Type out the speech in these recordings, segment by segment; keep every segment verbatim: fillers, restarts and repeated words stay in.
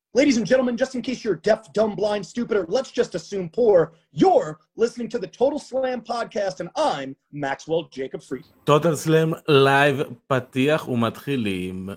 Ladies and gentlemen, just in case you're deaf, dumb, blind, stupid, or let's just assume poor, you're listening to the Total Slam podcast, and I'm Maxwell Jacob Friedman. Total Slam Live פתיח ומתחילים.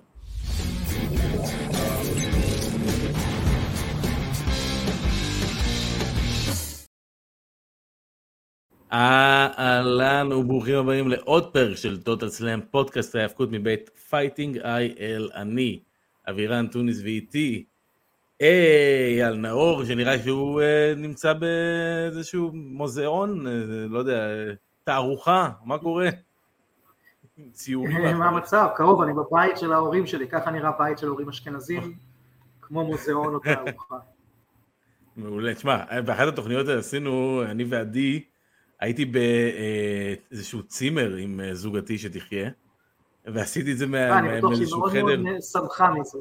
אהלן וברוכים הבאים לעוד פרק של טוטל סלאם, פודקאסט ההאבקות מבית פייטינג איי אל. אני אבירן טוניס ואיתי אייל נאור, שנראה שהוא אה, נמצא באיזשהו מוזיאון, אה, לא יודע, תערוכה, מה קורה? ציורים. מה המצב? קרוב, אני בבית של ההורים שלי, ככה נראה בית של הורים אשכנזים, כמו מוזיאון או תערוכה. מעולה, תשמע, באחת התוכניות עשינו, אני ועדי, הייתי באיזשהו צימר עם זוגתי שתחיה, ועשיתי את זה מאיזשהו חדר. אני בטוח שהיא מאוד מאוד שמחה מזה.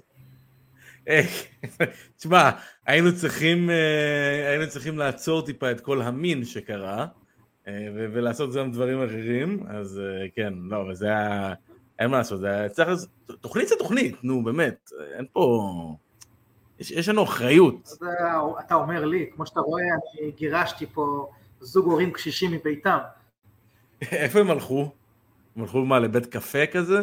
תשמע, היינו צריכים, היינו צריכים לעצור טיפה את כל המין שקרה, ולעשות גם דברים אחרים, אז כן, לא, אבל זה היה, אין מה לעשות, זה היה, צריך, תוכנית זה תוכנית, נו, באמת, אין פה, יש, יש לנו אחריות. אתה אומר לי, כמו שאתה רואה, אני גירשתי פה זוג הורים קשישים מביתם. איפה הם הלכו? הם הלכו מה, לבית קפה כזה?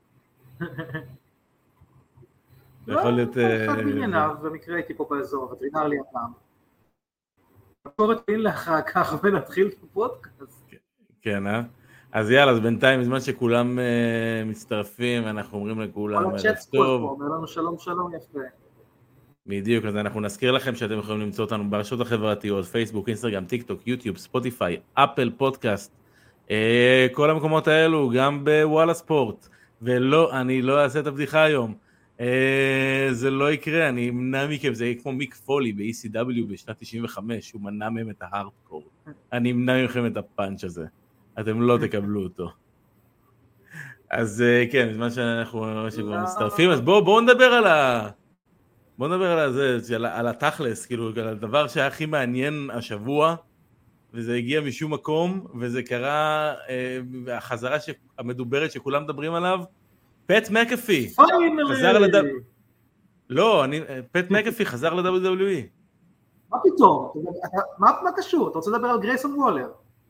לא, יכול להיות... אחד בענייניו, במקרה הייתי פה באזור, וטרינר לי הפעם. בקורת אין לך כך ונתחיל את הפודקאסט. כן, אה? אז יאללה, אז בינתיים, בזמן שכולם מצטרפים, אנחנו אומרים לכולם, ערב טוב. אומר לנו שלום שלום יפה. בדיוק, אז אנחנו נזכיר לכם שאתם יכולים למצוא אותנו ברשתות החברתיות, פייסבוק, אינסטגרם, טיק טוק, יוטיוב, ספוטיפיי, אפל פודקאסט, כל המקומות האלו, גם בוואלה ספורט, ולא, אני לא אעשה את הבדיחה היום, זה לא יקרה, אני אמנע מכם, זה יהיה כמו מיק פולי ב-אי סי דאבליו בשנת תשעים וחמש, הוא מנע מהם את ההארדקור, אני אמנע מכם את הפאנץ' הזה, אתם לא תקבלו אותו. אז כן, בזמן שאנחנו כבר מצטרפים, אז בואו בואו נדבר על ה... בוא נדבר על זה, על, על התכלס, כאילו, על הדבר שהיה הכי מעניין השבוע, וזה הגיע משום מקום, וזה קרה, אה, החזרה המדוברת שכולם מדברים עליו, פט מקאפי, חזר לדב... לא, אני, פט מקאפי חזר ל-דאבליו דאבליו אי. מה פתאום? מה, מה קשור? אתה רוצה לדבר על גרייסון וולר?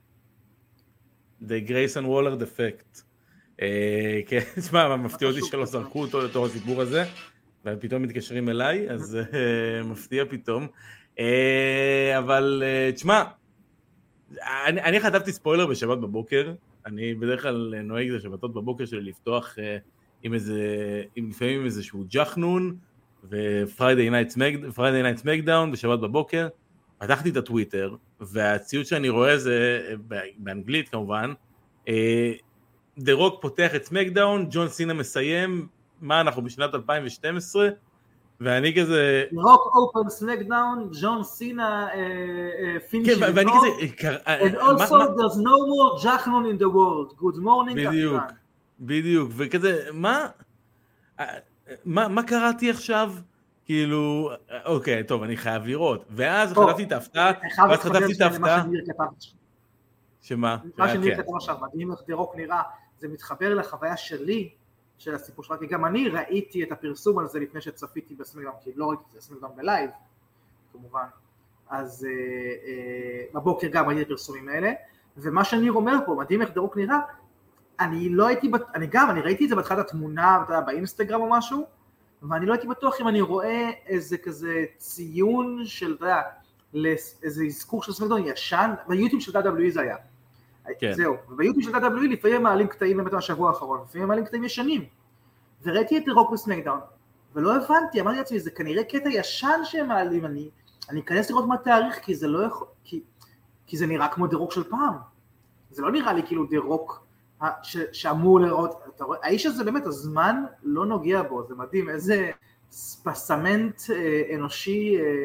The גרייסון וולר דפקט. אה, כן, תשמע, מפתיע אותי שלא זרקו אותו לתור הסיפור הזה. ופתאום מתקשרים אליי, אז uh, מפתיע פתאום. Uh, אבל uh, תשמע, אני, אני חטפתי ספוילר בשבת בבוקר, אני בדרך כלל נוהג את השבתות בבוקר שלי לפתוח uh, עם איזה, עם, לפעמים עם איזשהו ג'חנון, ופריידיי נייט סמקדאון בשבת בבוקר, פתחתי את הטוויטר, והציוד שאני רואה זה, באנגלית כמובן, uh, דה רוק פותח את סמקדאון, ג'ון סינה מסיים, מה אנחנו בשנת אלפיים ושתים עשרה, ואני כזה... רוק אופן סמקדאון, ג'ון סינה פיניש כן, ואני כזה... And also there's no more Jachnun in the world. Good morning, בדיוק, בדיוק, וכזה, מה... מה קראתי עכשיו? כאילו, אוקיי, טוב, אני חייב לראות. ואז חטפתי את ההפתעה, ואז חטפתי את ההפתעה... שמה? מה שניר כתב עכשיו, מדהים איך דה רוק נראה, זה מתחבר לחוויה שלי, של הסיפור שלך, כי גם אני ראיתי את הפרסום על זה לפני שצפיתי בסמקדאון, כי לא ראיתי את הסמקדאון בלייב, כמובן, אז אה, אה, בבוקר גם ראיתי את הפרסומים האלה, ומה שאני אומר פה, מדהים איך דה רוק נראה, אני לא הייתי, אני גם, אני ראיתי את זה בתחילת התמונה, אתה יודע, באינסטגרם או משהו, ואני לא הייתי בטוח אם אני רואה איזה כזה ציון של, אתה יודע, איזה אזכור של סמקדאון ישן, ביוטיוב של דאבליו דאבליו אי זה היה, כן. זהו, וביוטיוב של דאבליו דאבליו אי לפעמים מעלים קטעים באמת מהשבוע האחרון, לפעמים מעלים קטעים ישנים, וראיתי את רוק בסמקדאון, ולא הבנתי, אמרתי לעצמי, זה כנראה קטע ישן שהם מעלים, אני, אני אכנס לראות מה תאריך, כי זה לא יכול, כי, כי זה נראה כמו דרוק של פעם, זה לא נראה לי כאילו דרוק ש, שאמור לראות, אתה רואה, האיש הזה באמת, הזמן לא נוגע בו, זה מדהים, איזה ספסמנט אה, אנושי אה,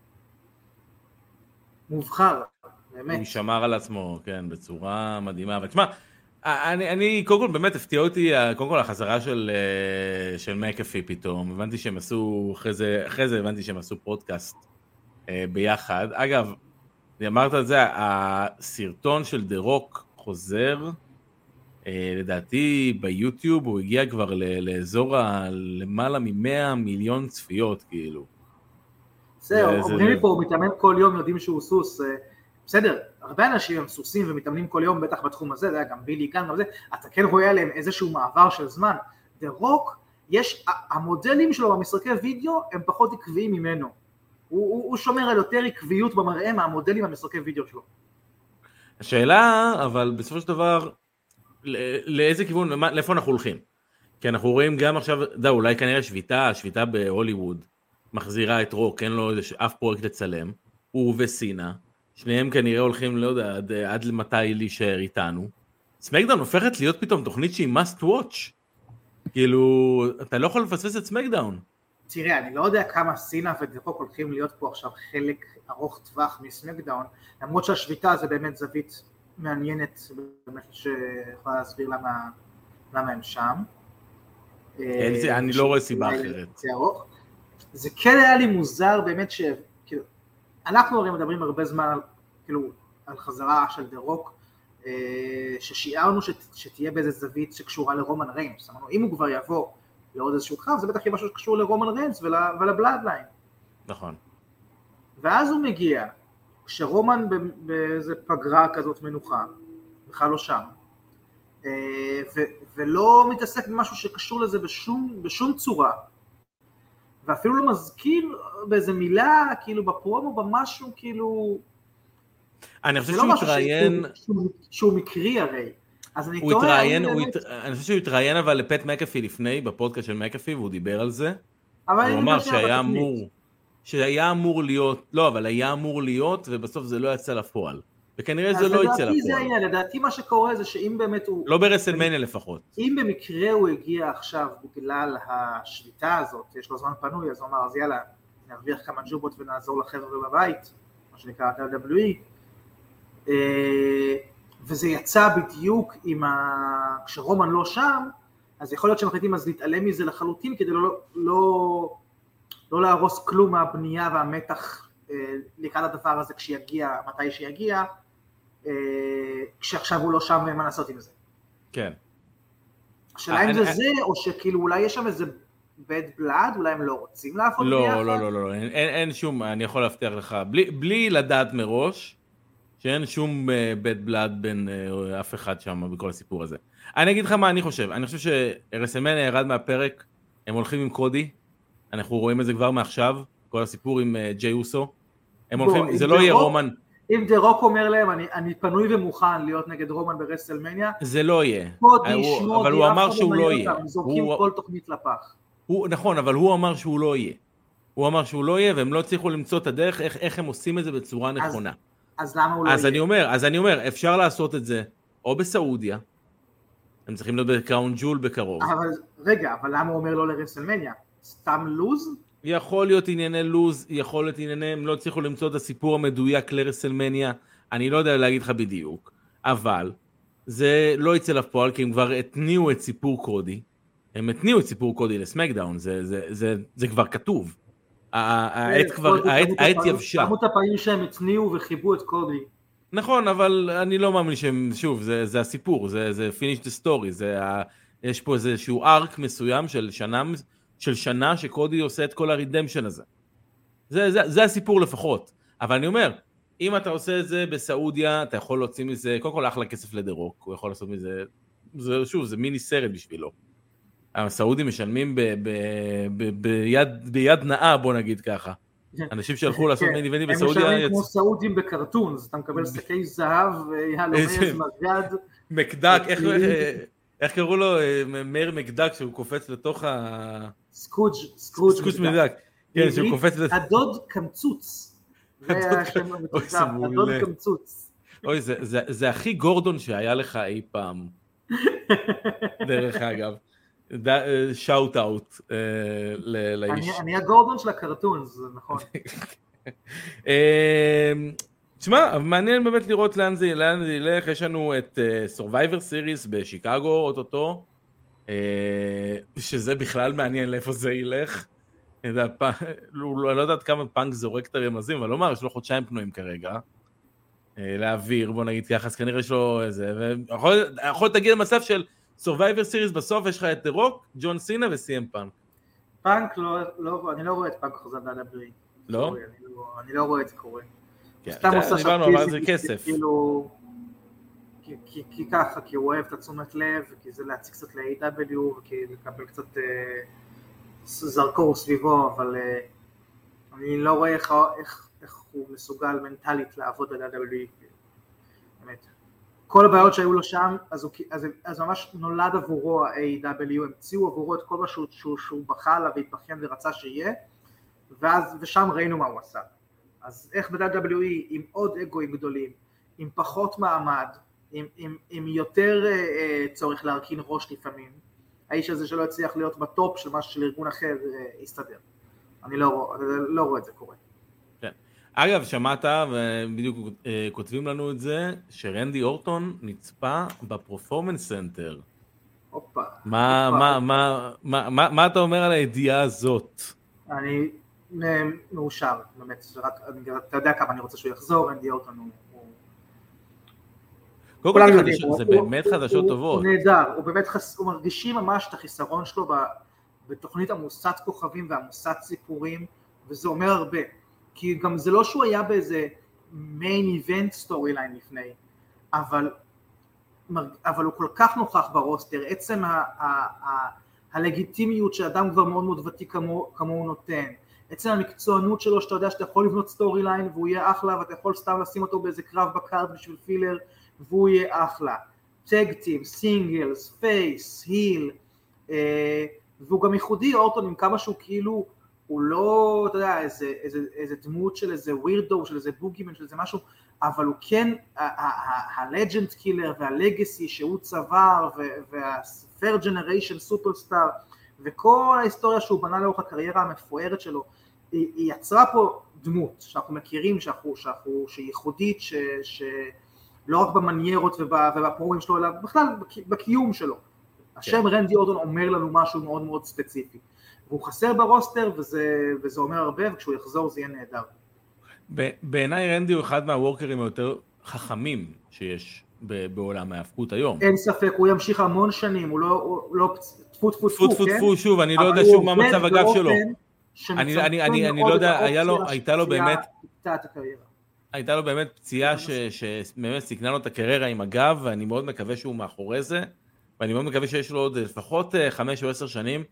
מובחר, באמת. הוא שמר על עצמו, כן, בצורה מדהימה, אבל תשמע, אני, אני קודם כל באמת הפתיע אותי, קודם כל החזרה של, של מקאפי פתאום, הבנתי שהם עשו, אחרי זה, אחרי זה הבנתי שהם עשו פודקאסט ביחד, אגב, אמרת את זה, הסרטון של דה רוק חוזר, לדעתי ביוטיוב הוא הגיע כבר לאזור למעלה ממאה מיליון צפיות, כאילו, בסדר, אומרים לי פה, הוא מתאמן כל יום, יודעים שהוא סוס, בסדר, הרבה אנשים הם סוסים ומתאמנים כל יום, בטח בתחום הזה, זה היה גם בילי כאן, גם זה, אתה כן רואה עליהם איזשהו מעבר של זמן. דה רוק, יש, המודלים שלו במשחקי וידאו הם פחות עקביים ממנו. הוא, הוא, הוא שומר על יותר עקביות במראה מהמודלים במשחקי וידאו שלו. השאלה, אבל בסופו של דבר, לאיזה כיוון, לאיפה אנחנו הולכים? כי אנחנו רואים גם עכשיו, דה, אולי כנראה שביתה, השביתה בהוליווד, מחזירה את רוק, אין לו אף פרויקט לצלם, הוא וסינה, שניהם כנראה הולכים, לא יודע, עד, עד למתי להישאר איתנו. סמקדאון הופכת להיות פתאום תוכנית שהיא must watch. כאילו, אתה לא יכול לפספס את סמקדאון. תראה, אני לא יודע כמה סינה ודרוק הולכים להיות פה עכשיו חלק ארוך טווח מסמקדאון, למרות שהשביתה זה באמת זווית מעניינת, באמת שיכולה להסביר למה, למה הם שם. אני לא רואה סיבה אחרת. זה ארוך. זה כן היה לי מוזר באמת ש... כאילו, אנחנו הרי מדברים הרבה זמן על, כאילו, על חזרה של דרוק, ששיערנו שתהיה באיזה זווית שקשורה לרומן ריינס. אמרנו, אם הוא כבר יבוא לעוד איזשהו קרב, זה בטח יהיה משהו שקשור לרומן ריינס ולבלאדליין. נכון. ואז הוא מגיע, כשרומן באיזה פגרה כזאת מנוחה, בכלל לא שם, ולא מתעסק במשהו שקשור לזה בשום, בשום צורה, ואפילו לא מזכיר באיזה מילה, כאילו בפרומו, במשהו, כאילו... אני חושב שהוא התראיין... שהוא מקרי הרי. אז אני הוא התראיין, אני חושב שהוא התראיין אבל לפט מקאפי לפני, בפודקאסט של מקאפי, והוא דיבר על זה. הוא אמר שהיה אמור, שהיה אמור להיות, לא, אבל היה אמור להיות, ובסוף זה לא יצא לפועל. וכנראה זה לא יצא לפועל. לדעתי זה היה, לדעתי מה שקורה זה שאם באמת הוא... לא ברסלמניה לפחות. אם במקרה הוא הגיע עכשיו בגלל השביתה הזאת, יש לו זמן פנוי, אז הוא אמר, אז יאללה, נרוויח כמה ג'ובות ונעזור לחבר'ה בבית, מה שנקרא דאבליו דאבליו אי, וזה יצא בדיוק עם ה... כשרומן לא שם, אז יכול להיות שמחליטים אז להתעלם מזה לחלוטין, כדי לא, לא, לא להרוס כלום מהבנייה והמתח לקראת הדבר הזה כשיגיע, מתי שיגיע, כשעכשיו הוא לא שם מה לעשות עם זה. כן. השאלה אם זה זה, או שכאילו אולי יש שם איזה bad blood, אולי הם לא רוצים לעבוד ביחד? לא, לא, לא, לא, אין, אין שום, אני יכול להבטיח לך, בלי, בלי לדעת מראש, שאין שום bad blood בין אף אחד שם בכל הסיפור הזה. אני אגיד לך מה אני חושב, אני חושב שרסלמניה ירד מהפרק, הם הולכים עם קודי, אנחנו רואים את זה כבר מעכשיו, כל הסיפור עם ג'יי אוסו, הם הולכים, זה לא יהיה רומן. אם דה רוק אומר להם, אני, אני פנוי ומוכן להיות נגד רומן ברסלמניה, זה לא יהיה. קודי, שמודי, אבל הוא אמר שהוא לא יהיה. הם זורקים כל תוכנית לפח. הוא, נכון, אבל הוא אמר שהוא לא יהיה. הוא אמר שהוא לא יהיה, והם לא הצליחו למצוא את הדרך, איך, איך הם עושים את זה בצורה נכונה. אז, אז למה הוא לא אז יהיה? אני אומר, אז אני אומר, אפשר לעשות את זה, או בסעודיה, הם צריכים להיות בקראון ג'ול בקרוב. אבל, רגע, אבל למה הוא אומר לא לרסלמניה? סתם לוז? יכול להיות ענייני לוז, יכול להיות ענייני, הם לא הצליחו למצוא את הסיפור המדויק לרסלמניה, אני לא יודע להגיד לך בדיוק, אבל זה לא יצא לפועל, כי הם כבר התניעו את סיפור קודי, הם התניעו את סיפור קודי לסמקדאון, זה, זה, זה, זה כבר כתוב, העט כבר, העט יבשה. כמות הפעמים שהם התניעו וחיבו את קודי. נכון, אבל אני לא מאמין שהם, שוב, זה, זה הסיפור, זה, זה finish the story, זה, יש פה איזשהו ארק מסוים של שנה, של שנה שקודי עושה את כל הרידמפשן הזה. זה, זה, זה הסיפור לפחות. אבל אני אומר, אם אתה עושה את זה בסעודיה, אתה יכול להוציא מזה, קודם כל אחלה כסף לדרוק, הוא יכול לעשות מזה, זה, שוב, זה מיני סרט בשבילו. הסעודים משלמים ב, ב, ב, ביד, ביד נאה, בוא נגיד ככה. אנשים שהלכו לעשות מיני איבנטים בסעודיה... הם משלמים כמו סעודים בקרטון, אז אתה מקבל שקי זהב, יהלומי מגד. מקדק, איך... איך קראו לו? מאיר מקדק, שהוא קופץ לתוך ה... סקרוג' סקרוג' מקדק. כן, שהוא קופץ לתוך... הדוד קמצוץ. זה השם המקדק, הדוד קמצוץ. אוי, זה הכי גורדון שהיה לך אי פעם. דרך אגב. שאוט אאוט לאיש. אני הגורדון של הקרטון, זה נכון. תשמע, מעניין באמת לראות לאן זה ילך, יש לנו את Survivor Series בשיקגו, אוטוטו, שזה בכלל מעניין לאיפה זה ילך, אני לא יודעת כמה פאנק זורק את הרמזים, אבל לא אומר, יש לו חודשיים פנויים כרגע, להעביר, בוא נגיד ככה, אז כנראה יש לו איזה, ויכול תגיד למצב של Survivor Series בסוף, יש לך את The Rock, ג'ון סינה וסי אם פאנק. פאנק, אני לא רואה את פאנק חוזר ב-דאבליו דאבליו אי. לא? אני לא רואה את זה קורה. כן, סתם עושה שם אבל זה כסף. כאילו... כי, כי, כי ככה, כי הוא אוהב את התשומת לב, כי זה להציג קצת ל-איי דאבליו, וכי לקבל קצת אה, זרקור סביבו, אבל אה, אני לא רואה איך, איך, איך הוא מסוגל מנטלית לעבוד על ה-דאבליו דאבליו אי. באמת. כל הבעיות שהיו לו שם, אז, הוא, אז, אז ממש נולד עבורו ה-איי דאבליו, המציאו עבורו את כל מה שהוא, שהוא, שהוא בכה עליו והתבכיין ורצה שיהיה, ואז, ושם ראינו מה הוא עשה. אז איך ב-דאבליו דאבליו אי עם עוד אגואים גדולים, עם פחות מעמד, עם, עם, עם יותר uh, צורך להרכין ראש לפעמים, האיש הזה שלא הצליח להיות בטופ של משהו של ארגון אחר uh, יסתדר. אני לא, לא רואה את זה קורה. כן. אגב, שמעת, ובדיוק uh, כותבים לנו את זה, שרנדי אורטון נצפה בפרפורמנס סנטר. הופה. מה, הופה, מה, הופה. מה, מה, מה, מה אתה אומר על הידיעה הזאת? אני מאושר, באמת, רק, אני, אתה יודע כמה אני רוצה שהוא יחזור, רנדי אורטון הוא... קודם כל זה, חדש, זה באמת חדשות טובות. הוא נהדר, הוא באמת חס... הוא מרגישים ממש את החיסרון שלו בתוכנית עמוסת כוכבים ועמוסת סיפורים, וזה אומר הרבה, כי גם זה לא שהוא היה באיזה main event storyline לפני, אבל, אבל הוא כל כך נוכח ברוסטר, עצם ה... ה... ה... הלגיטימיות שאדם כבר מאוד מאוד ותיק כמו, כמו הוא נותן, עצם המקצוענות שלו שאתה יודע שאתה יכול לבנות סטורי ליין והוא יהיה אחלה ואתה יכול סתם לשים אותו באיזה קרב בקארד בשביל פילר והוא יהיה אחלה, טאג טים, סינגלס, פייס, היל, אה, והוא גם ייחודי אורטון עם כמה שהוא כאילו, הוא לא, אתה יודע, איזה, איזה, איזה דמות של איזה ווירדו, של איזה בוגימן, של איזה משהו, אבל הוא כן, הלג'נד קילר והלגסי שהוא צבר, והפר ג'נריישן סופרסטאר, וכל ההיסטוריה שהוא בנה לאורך הקריירה המפוארת שלו, היא, היא יצרה פה דמות שאנחנו מכירים, שאנחנו, שאנחנו, שהיא ייחודית, ש, שלא רק במניירות ובפרומים שלו, אלא בכלל בקיום שלו. השם רנדי אורטון אומר לנו משהו מאוד מאוד ספציפי. והוא חסר ברוסטר, וזה, וזה אומר הרבה, וכשהוא יחזור זה יהיה נהדר. בעיניי רנדי הוא אחד מהוורקרים היותר חכמים שיש בעולם ההפקות היום. אין ספק, הוא ימשיך המון שנים, הוא לא, הוא לא טפו טפו טפו טפו טפו, שוב, אני לא יודע שוב מה מצב הגב שלו. אני, אני, אני, אני לא יודע, היה לו, הייתה לו באמת, הייתה לו באמת פציעה שבאמת סיכנה לו את הקריירה עם הגב, ואני מאוד מקווה שהוא מאחורי זה, ואני מאוד מקווה שיש לו עוד לפחות חמש או עשר שנים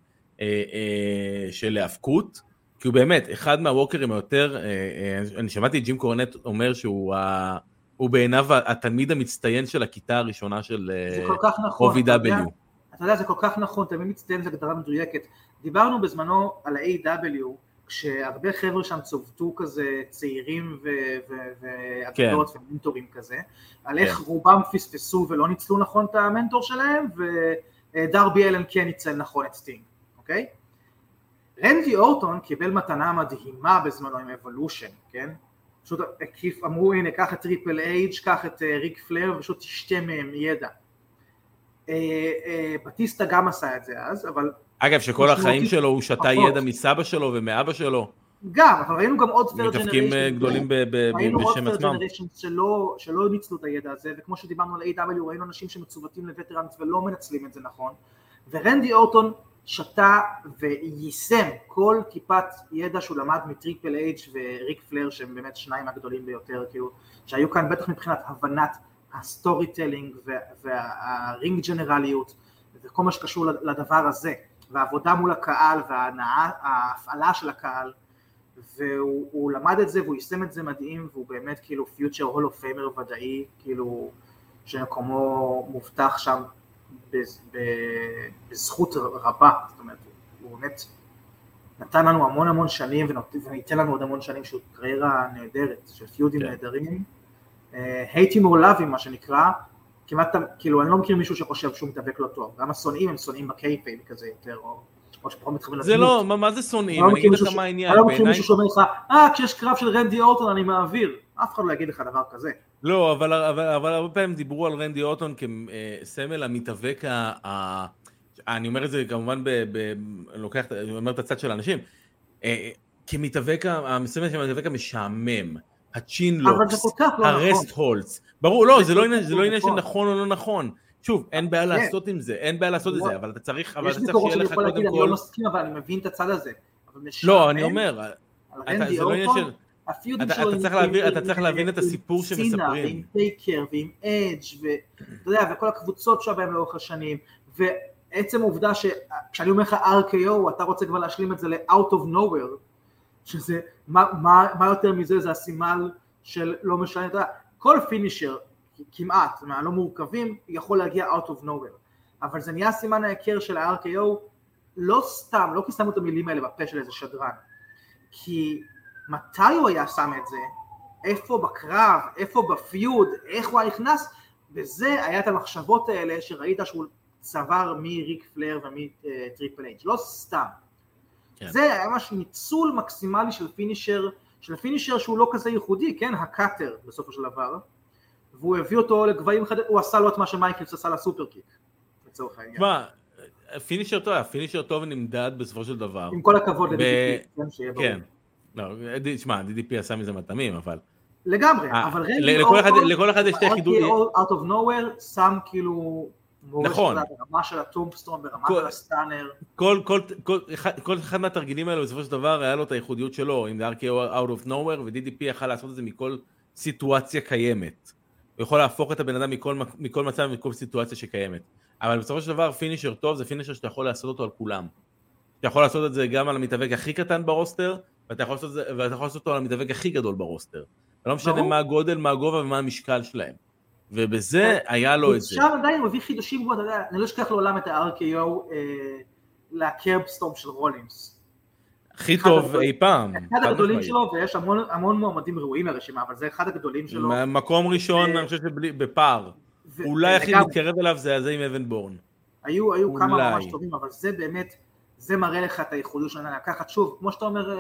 של להפקות, כי הוא באמת אחד מהווקרים היותר, אני שמעתי את ג'ים קורנט אומר שהוא בעיניו התלמיד המצטיין של הכיתה הראשונה של או וי דאבליו. אתה יודע, זה כל כך נכון, תלמיד מצטיין זה הגדרה מדויקת. דיברנו בזמנו על ה-איי דאבליו, כשהרבה חבר'ה שם צובטו כזה צעירים ואגדות ומנטורים כזה, על איך רובם פספסו ולא ניצלו נכון את המנטור שלהם, ודרבי אלן כן ניצל נכון את סטינג, אוקיי? רנדי אורטון קיבל מתנה מדהימה בזמנו עם אבולושן, כן? פשוט אמרו, הנה, קח את טריפל אייג', קח את ריק פלר, ופשוט תשתה מהם ידע. בטיסטה גם עשה את זה אז, אבל... אגב, שכל החיים שלו הוא שתה ידע מסבא שלו ומאבא שלו. גם, אבל ראינו גם עוד פייר ג'נריישן. מתפקים גדולים בשם עצמם. שלא, שלא ניצלו את הידע הזה, וכמו שדיברנו על איי דאבליו, ראינו אנשים שמצוותים לווטרנס ולא מנצלים את זה נכון, ורנדי אורטון שתה ויישם כל טיפת ידע שהוא למד מטריפל אייג' וריק פלר, שהם באמת שניים הגדולים ביותר, כאילו, שהיו כאן בטח מבחינת הבנת הסטורי טלינג והרינג ג'נרליות, וכל מה שקשור לדבר הזה, והעבודה מול הקהל וההפעלה של הקהל, והוא למד את זה והוא יישם את זה מדהים, והוא באמת כאילו פיוטר הול אוף פיימר ודאי, כאילו שמקומו מובטח שם בזכות רבה. זאת אומרת, הוא באמת נתן לנו המון המון שנים וניתן לנו עוד המון שנים של קריירה נהדרת, של פיודים נהדרים, הייטים או לאבים מה שנקרא, כמעט, כאילו אני לא מכיר מישהו שחושב שהוא מתאבק לא טוב, גם השונאים הם שונאים בקייפייב כזה יותר, או או שפחות מתחברים לדמות. זה לא, מה זה שונאים? אני אגיד לך מה העניין. אני לא מכיר מישהו שאומר לך, אה, כשיש קרב של רנדי אורטון אני מעביר, אף אחד לא יגיד לך דבר כזה. לא, אבל הרבה פעמים דיברו על רנדי אורטון כסמל המתאבק, אני אומר את זה כמובן, לוקח, אני אומר את הצד של האנשים, כמתאבק, הסמל של המתאבק המשעמם, הצ'ינלוקס, הרסט הולץ, ברור, לא, זה לא עניין של נכון או לא נכון, שוב, אין בעיה לעשות עם זה, אין בעיה לעשות את זה, אבל אתה צריך, אבל אתה צריך שיהיה לך קודם כל... אני לא מסכים, אבל אני מבין את הצד הזה. לא, אני אומר, על רנדי אורטון, הפיודים שלו אתה צריך להבין את הסיפור שמספרים. ועם טייקר ועם אדג' ואתה יודע, וכל הקבוצות שבהם לאורך השנים, ועצם העובדה שכשאני אומר לך אר קיי או, אתה רוצה כבר להשלים את זה ל-out of nowhere, שזה, מה, מה, מה יותר מזה, זה הסימל של לא משנה, אתה יודע, כל פינישר, כמעט, מה, לא מורכבים, יכול להגיע out of nowhere, אבל זה נהיה סימן ההיכר של ה-אר קיי או, לא סתם, לא כי שמו את המילים האלה בפה של איזה שדרן, כי מתי הוא היה שם את זה, איפה בקרב, איפה בפיוד, איך הוא היה נכנס, וזה היה את המחשבות האלה שראית שהוא צבר מריק פלר ומטריפל אייג', לא סתם. כן. זה היה ממש ניצול מקסימלי של פינישר, של פינישר שהוא לא כזה ייחודי, כן, הקאטר בסופו של דבר, והוא הביא אותו לגבהים חדשים, הוא עשה לו את מה שמייקלס עשה לסופר קיק, לצורך העניין. מה, פינישר טוב, פינישר טוב נמדד בסופו של דבר. עם כל הכבוד ל-די די פי, שיהיה ברור. כן, לא, תשמע, די די פי עשה מזה מתאמים, אבל... לגמרי, אבל לכל אחד יש שתי חידודים. out of nowhere, שם כאילו... נכון. ברמה של הטומפסטון, ברמה של הסטאנר. כל אחד מהתרגילים האלו בסופו של דבר היה לו את הייחודיות שלו, אם זה אר קיי או out of nowhere, ו-די די פי יכל לעשות את זה מכל סיטואציה קיימת. הוא יכול להפוך את הבן אדם מכל מצב ומכל סיטואציה שקיימת. אבל בסופו של דבר פינישר טוב זה פינישר שאתה יכול לעשות אותו על כולם. אתה יכול לעשות את זה גם על המתאבק הכי קטן ברוסטר, ואתה יכול לעשות לעשות אותו על המתאבק הכי גדול ברוסטר. לא משנה מה הגודל, מה הגובה ומה המשקל שלהם. ובזה היה לו את זה. עכשיו עדיין הוא הביא חידושים, אני לא אשכח לעולם את ה-אר קיי או לקרבסטורם של רולינס. הכי טוב אי פעם. אחד הגדולים שלו, ויש המון מועמדים ראויים לרשימה, אבל זה אחד הגדולים שלו. מקום ראשון, אני חושב שבפער. אולי הכי מתקרב אליו זה הזה עם אבן בורן. היו כמה ממש טובים, אבל זה באמת, זה מראה לך את הייחודיות שלנו. לקחת שוב, כמו שאתה אומר,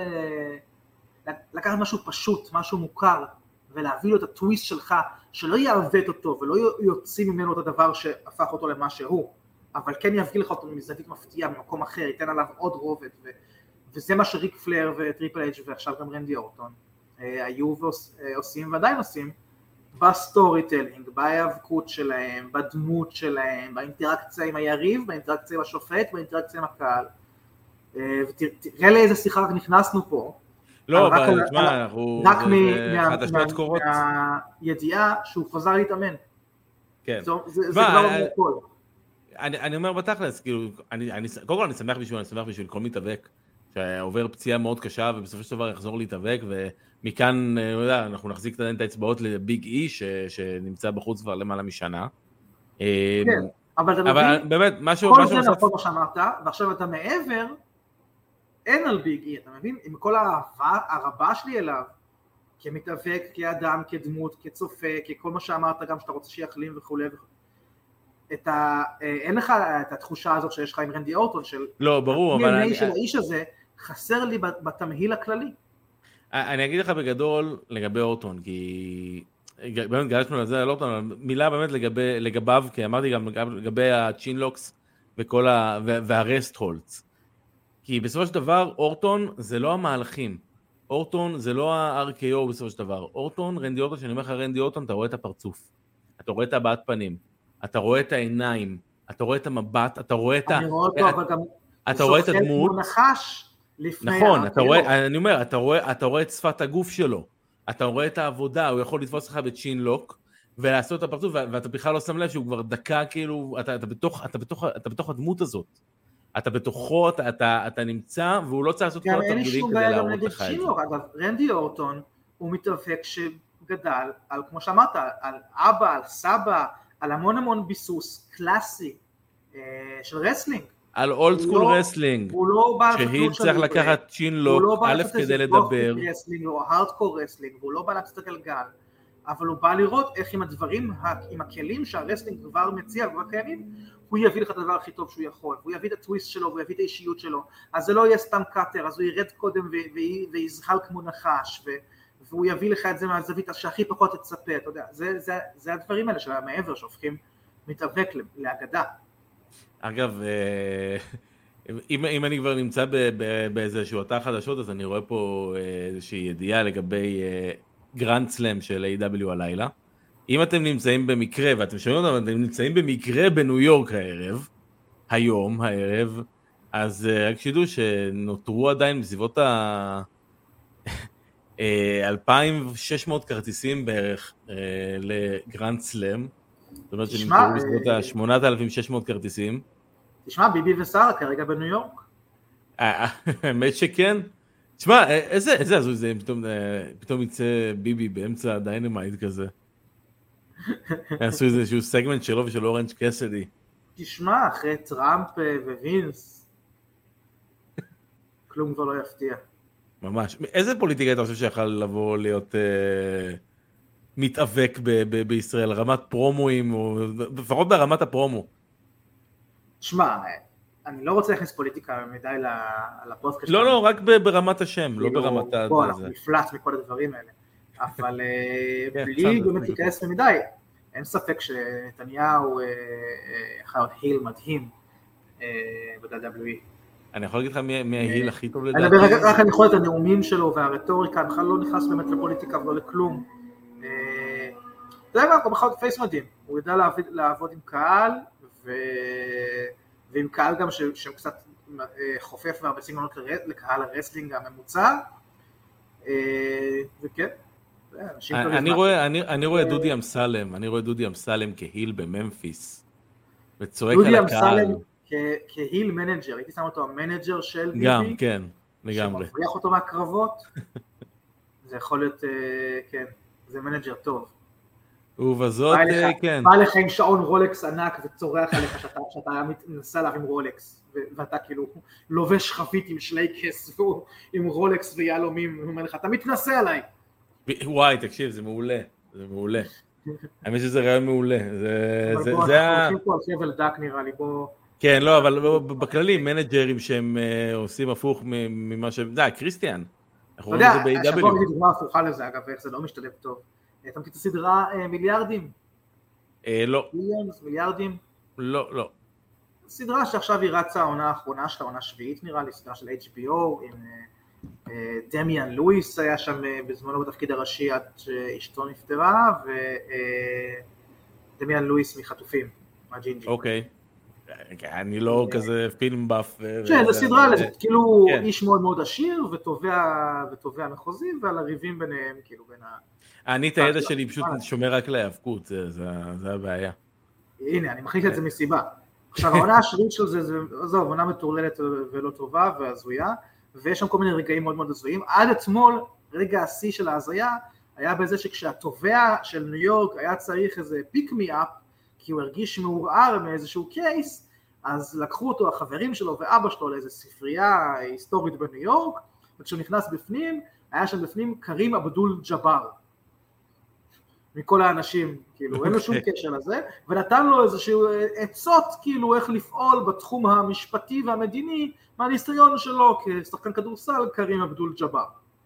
לקחת משהו פשוט, משהו מוכר, ולהביא לו את הטוויסט שלך, שלא יעוות אותו, ולא יוציא ממנו את הדבר שהפך אותו למה שהוא, אבל כן יביא לך אותו מזווית מפתיעה, ממקום אחר, ייתן עליו עוד רובד, ו- וזה מה שריק פלר וטריפל אייג' ועכשיו גם רנדי אורטון, היו ועושים ועדיין עושים, בסטורי טלינג, בהיאבקות שלהם, בדמות שלהם, באינטראקציה עם היריב, באינטראקציה עם השופט, באינטראקציה עם הקהל, ותראה לאיזה שיחה רק נכנסנו פה, לא, אבל תשמע, אנחנו... רק מהידיעה שהוא חזר להתאמן. כן. זה כבר אומר הכל. אני אומר בתכלס, כאילו, קודם כל אני שמח בשביל, אני שמח בשביל כל מתאבק, שעובר פציעה מאוד קשה, ובסופו של דבר יחזור להתאבק, ומכאן, אנחנו נחזיק את האצבעות לביג אי, שנמצא בחוץ כבר למעלה משנה. כן, אבל אתה מבין, באמת, משהו... כל זה נכון מה שאמרת, ועכשיו אתה מעבר, אין על ביג אי, אתה מבין? עם כל האהבה הרבה שלי אליו, כמתאבק, כאדם, כדמות, כצופה, ככל מה שאמרת, גם שאתה רוצה שיחלים וכו' את ה... אין לך את התחושה הזאת שיש לך עם רנדי אורטון, של... לא, ברור, אבל... ה-די אן איי של האיש הזה, חסר לי בתמהיל הכללי. אני אגיד לך בגדול לגבי אורטון, כי... באמת גלשנו לזה על אורטון, מילה באמת לגביו, כי אמרתי גם לגבי הצ'ינלוקס וכל ה... והרסט הולץ. כי בסופו של דבר, אורטון זה לא המהלכים. אורטון זה לא ה-אר קיי או בסופו של דבר. אורטון, רנדי אורטון, שאני אומר לך רנדי אורטון, אתה רואה את הפרצוף. אתה רואה את הבעת פנים. אתה רואה את העיניים. אתה רואה את המבט. אתה רואה את ה... אני רואה אותו, אבל גם... אתה רואה את הדמות. הוא נחש לפני... נכון, אתה רואה, אני אומר, אתה רואה, אתה רואה את שפת הגוף שלו. אתה רואה את העבודה, הוא יכול לתפוס לך בצ'ינלוק, ולעשות את הפרצוף, ואתה בכלל לא שם לב שהוא כבר דקה, כאילו, אתה, אתה בתוך, אתה בתוך, אתה בתוך הדמות הזאת. אתה בתוכו, אתה, אתה, אתה נמצא, והוא לא צריך לעשות כל התרגילים כדי להראות לך את זה. אגב, רנדי אורטון הוא מתאבק שגדל על, כמו שאמרת, על אבא, על סבא, על המון המון ביסוס קלאסי של רסלינג. על אולד סקול רסלינג, שהיא צריך לקחת צ'ינלוק, א' כדי לדבר. רסלינג או הארדקור רסלינג, והוא לא בא להצאת הגלגל, אבל הוא בא לראות איך עם הדברים, עם הכלים שהרסלינג כבר מציע, כבר קיימים, הוא יביא לך את הדבר הכי טוב שהוא יכול, הוא יביא את הטוויסט שלו, הוא יביא את האישיות שלו, אז זה לא יהיה סתם קאטר, אז הוא ירד קודם ויזחל כמו נחש, והוא יביא לך את זה מהזווית שהכי פחות תצפה, אתה יודע, זה הדברים האלה של המעבר שהופכים מתאבק לאגדה. אגב, אם אני כבר נמצא באיזשהו אותה חדשות, אז אני רואה פה איזושהי ידיעה לגבי גרנד סלאם של איי דאבליו הלילה. אם אתם נמצאים במקרה, ואתם שומעים אותם, אתם נמצאים במקרה בניו יורק הערב, היום, הערב, אז רק שידעו שנותרו עדיין בסביבות ה... אלפיים ושש מאות כרטיסים בערך לגרנד סלאם, זאת אומרת שנמכרו בסביבות ה-שמונת אלפים ושש מאות כרטיסים. תשמע, ביבי ושרה כרגע בניו יורק. האמת שכן. תשמע, איזה, איזה הזוי זה, פתאום, פתאום יצא ביבי באמצע הדיינמייט כזה. עשו איזשהו סגמנט שלו ושל אורנג' קסדי. תשמע, אחרי טראמפ ווינס, כלום כבר לא יפתיע. ממש. איזה פוליטיקאי אתה חושב שיכול לבוא להיות אה, מתאבק ב- ב- בישראל, רמת פרומואים, או לפחות ברמת הפרומו? תשמע, אני לא רוצה להכניס פוליטיקה מדי לפודקאסט. לא, לא, רק ב- ברמת השם, לא כאילו, ברמת ה... בוא, אנחנו נפלט מכל הדברים האלה. אבל כן, בלי בסדר, באמת בסדר. להיכנס מדי, אין ספק שנתניהו אה, אה, יכול להיות היל מדהים אה, ב-דאבליו דאבליו אי. אני יכול להגיד לך מי מי ההיל הכי טוב אני לדעתי? מדבר רק על יכולת הנאומים שלו והרטוריקה, בכלל לא נכנס באמת לפוליטיקה ולא לכלום. אה, אתה יודע מה, הוא בכלל פייס מדהים, הוא יודע לעבוד, לעבוד עם קהל, ו... ועם קהל גם ש... שהוא קצת אה, חופף והרבה סגנונות לר... לקהל הרסלינג הממוצע, אה, וכן. אנשים אני, טובים. אני רואה, אני, אני רואה דודי אמסלם, אני רואה דודי אמסלם כהיל בממפיס, וצועק על דודי הקהל. אמסלם כ- כהיל מנג'ר, הייתי שם אותו המנג'ר של ביבי, גם, כן, לגמרי. שמפריח אותו מהקרבות, זה יכול להיות, אה, כן, זה מנג'ר טוב. ובזאת, בא לך, כן. בא לך עם שעון רולקס ענק וצורח עליך שאתה, שאתה מנסה עליו עם רולקס, ו- ואתה כאילו לובש חבית עם שלייקס והוא עם רולקס ויהלומים, הוא אומר לך, אתה מתנסה עליי. וואי, תקשיב, זה מעולה, זה מעולה. האמת שזה רעיון מעולה. זה, אבל זה, בוא, זה אנחנו ה... הולכים פה על חבל דק נראה לי, בוא... כן, לא, אבל בכללי, מנג'רים שהם uh, עושים הפוך ממה ש... די, קריסטיאן. אנחנו אתה רואים יודע, את זה שבוא ב-איי דאבליו. נגיד דוגמה הפוכה לזה, אגב, איך זה לא משתלב טוב. אתה מכיר את הסדרה אה, מיליארדים? אה, לא, מיליארדים, מיליארדים? לא, לא. סדרה שעכשיו היא רצה העונה האחרונה שלה, העונה שביעית נראה לי, סדרה של אייץ' בי או, עם אה, אה, דמיאן לואיס היה שם אה, בזמנו בתפקיד הראשי עד שאשתו נפטרה, ודמיאן לואיס מחטופים, מהג'ינג'י. אוקיי. אני לא כזה פילם באף. כן, זה סדרה לזה, כאילו כן. איש מאוד מאוד עשיר ותובע מחוזי, ועל הריבים ביניהם, כאילו בין ה... אני את הידע שלי פשוט שומר רק להיאבקות, זה, זה, זה הבעיה. הנה, אני מכניס את זה מסיבה. עכשיו, העונה השביעית של זה, זה, עזוב, עונה מטורללת ולא טובה והזויה, ויש שם כל מיני רגעים מאוד מאוד הזויים. עד אתמול, רגע השיא של ההזיה, היה בזה שכשהתובע של ניו יורק היה צריך איזה פיק מי אפ, כי הוא הרגיש מעורער מאיזשהו קייס, אז לקחו אותו החברים שלו ואבא שלו לאיזו ספרייה היסטורית בניו יורק, וכשהוא נכנס בפנים, היה שם בפנים קרים אבדול ג'אבר. מכל האנשים, כאילו, אין לו שום קשר לזה, ונתן לו איזשהו עצות, כאילו, איך לפעול בתחום המשפטי והמדיני, מהניסיון שלו כשחקן כדורסל, קרים אבדול ג'אבר.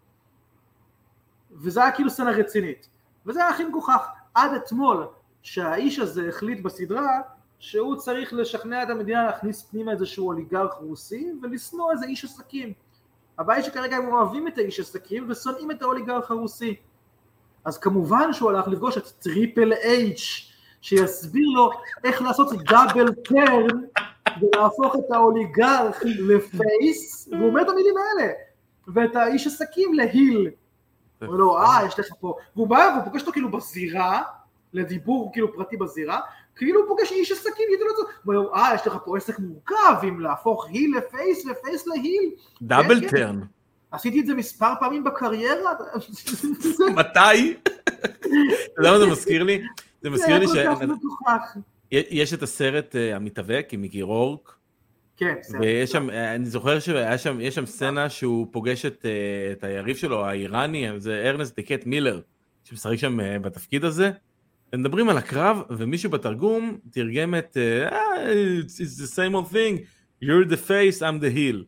וזה היה כאילו סצנה רצינית. וזה היה הכי מגוחך, עד אתמול, שהאיש הזה החליט בסדרה, שהוא צריך לשכנע את המדינה להכניס פנימה איזשהו אוליגרך רוסי, ולשנוא איזה איש עסקים. הבעיה שכרגע הם אוהבים את האיש עסקים, ושונאים את האוליגרך הרוסי. אז כמובן שהוא הלך לפגוש את טריפל אייץ' שיסביר לו איך לעשות דאבל טרן ולהפוך את האוליגרך לפייס, והוא אומר את המילים האלה, ואת האיש עסקים להיל. הוא אומר לו, אה, יש לך פה, והוא בא והוא פוגש אותו כאילו בזירה, לדיבור כאילו פרטי בזירה, כאילו הוא פוגש איש עסקים, הוא אומר לו, אה, יש לך פה עסק מורכב, אם להפוך היל לפייס ופייס להיל. דאבל טרן. עשיתי את זה מספר פעמים בקריירה. מתי? אתה יודע מה זה מזכיר לי? זה מזכיר לי שיש את הסרט המתאבק עם מיקי רורק, ויש שם, אני זוכר שיש שם סצנה שהוא פוגש את היריב שלו, האיראני, זה ארנסט דקט מילר, שמשחק שם בתפקיד הזה, ומדברים על הקרב, ומישהו בתרגום תרגם את, it's the same old thing, you're the face, I'm the heel.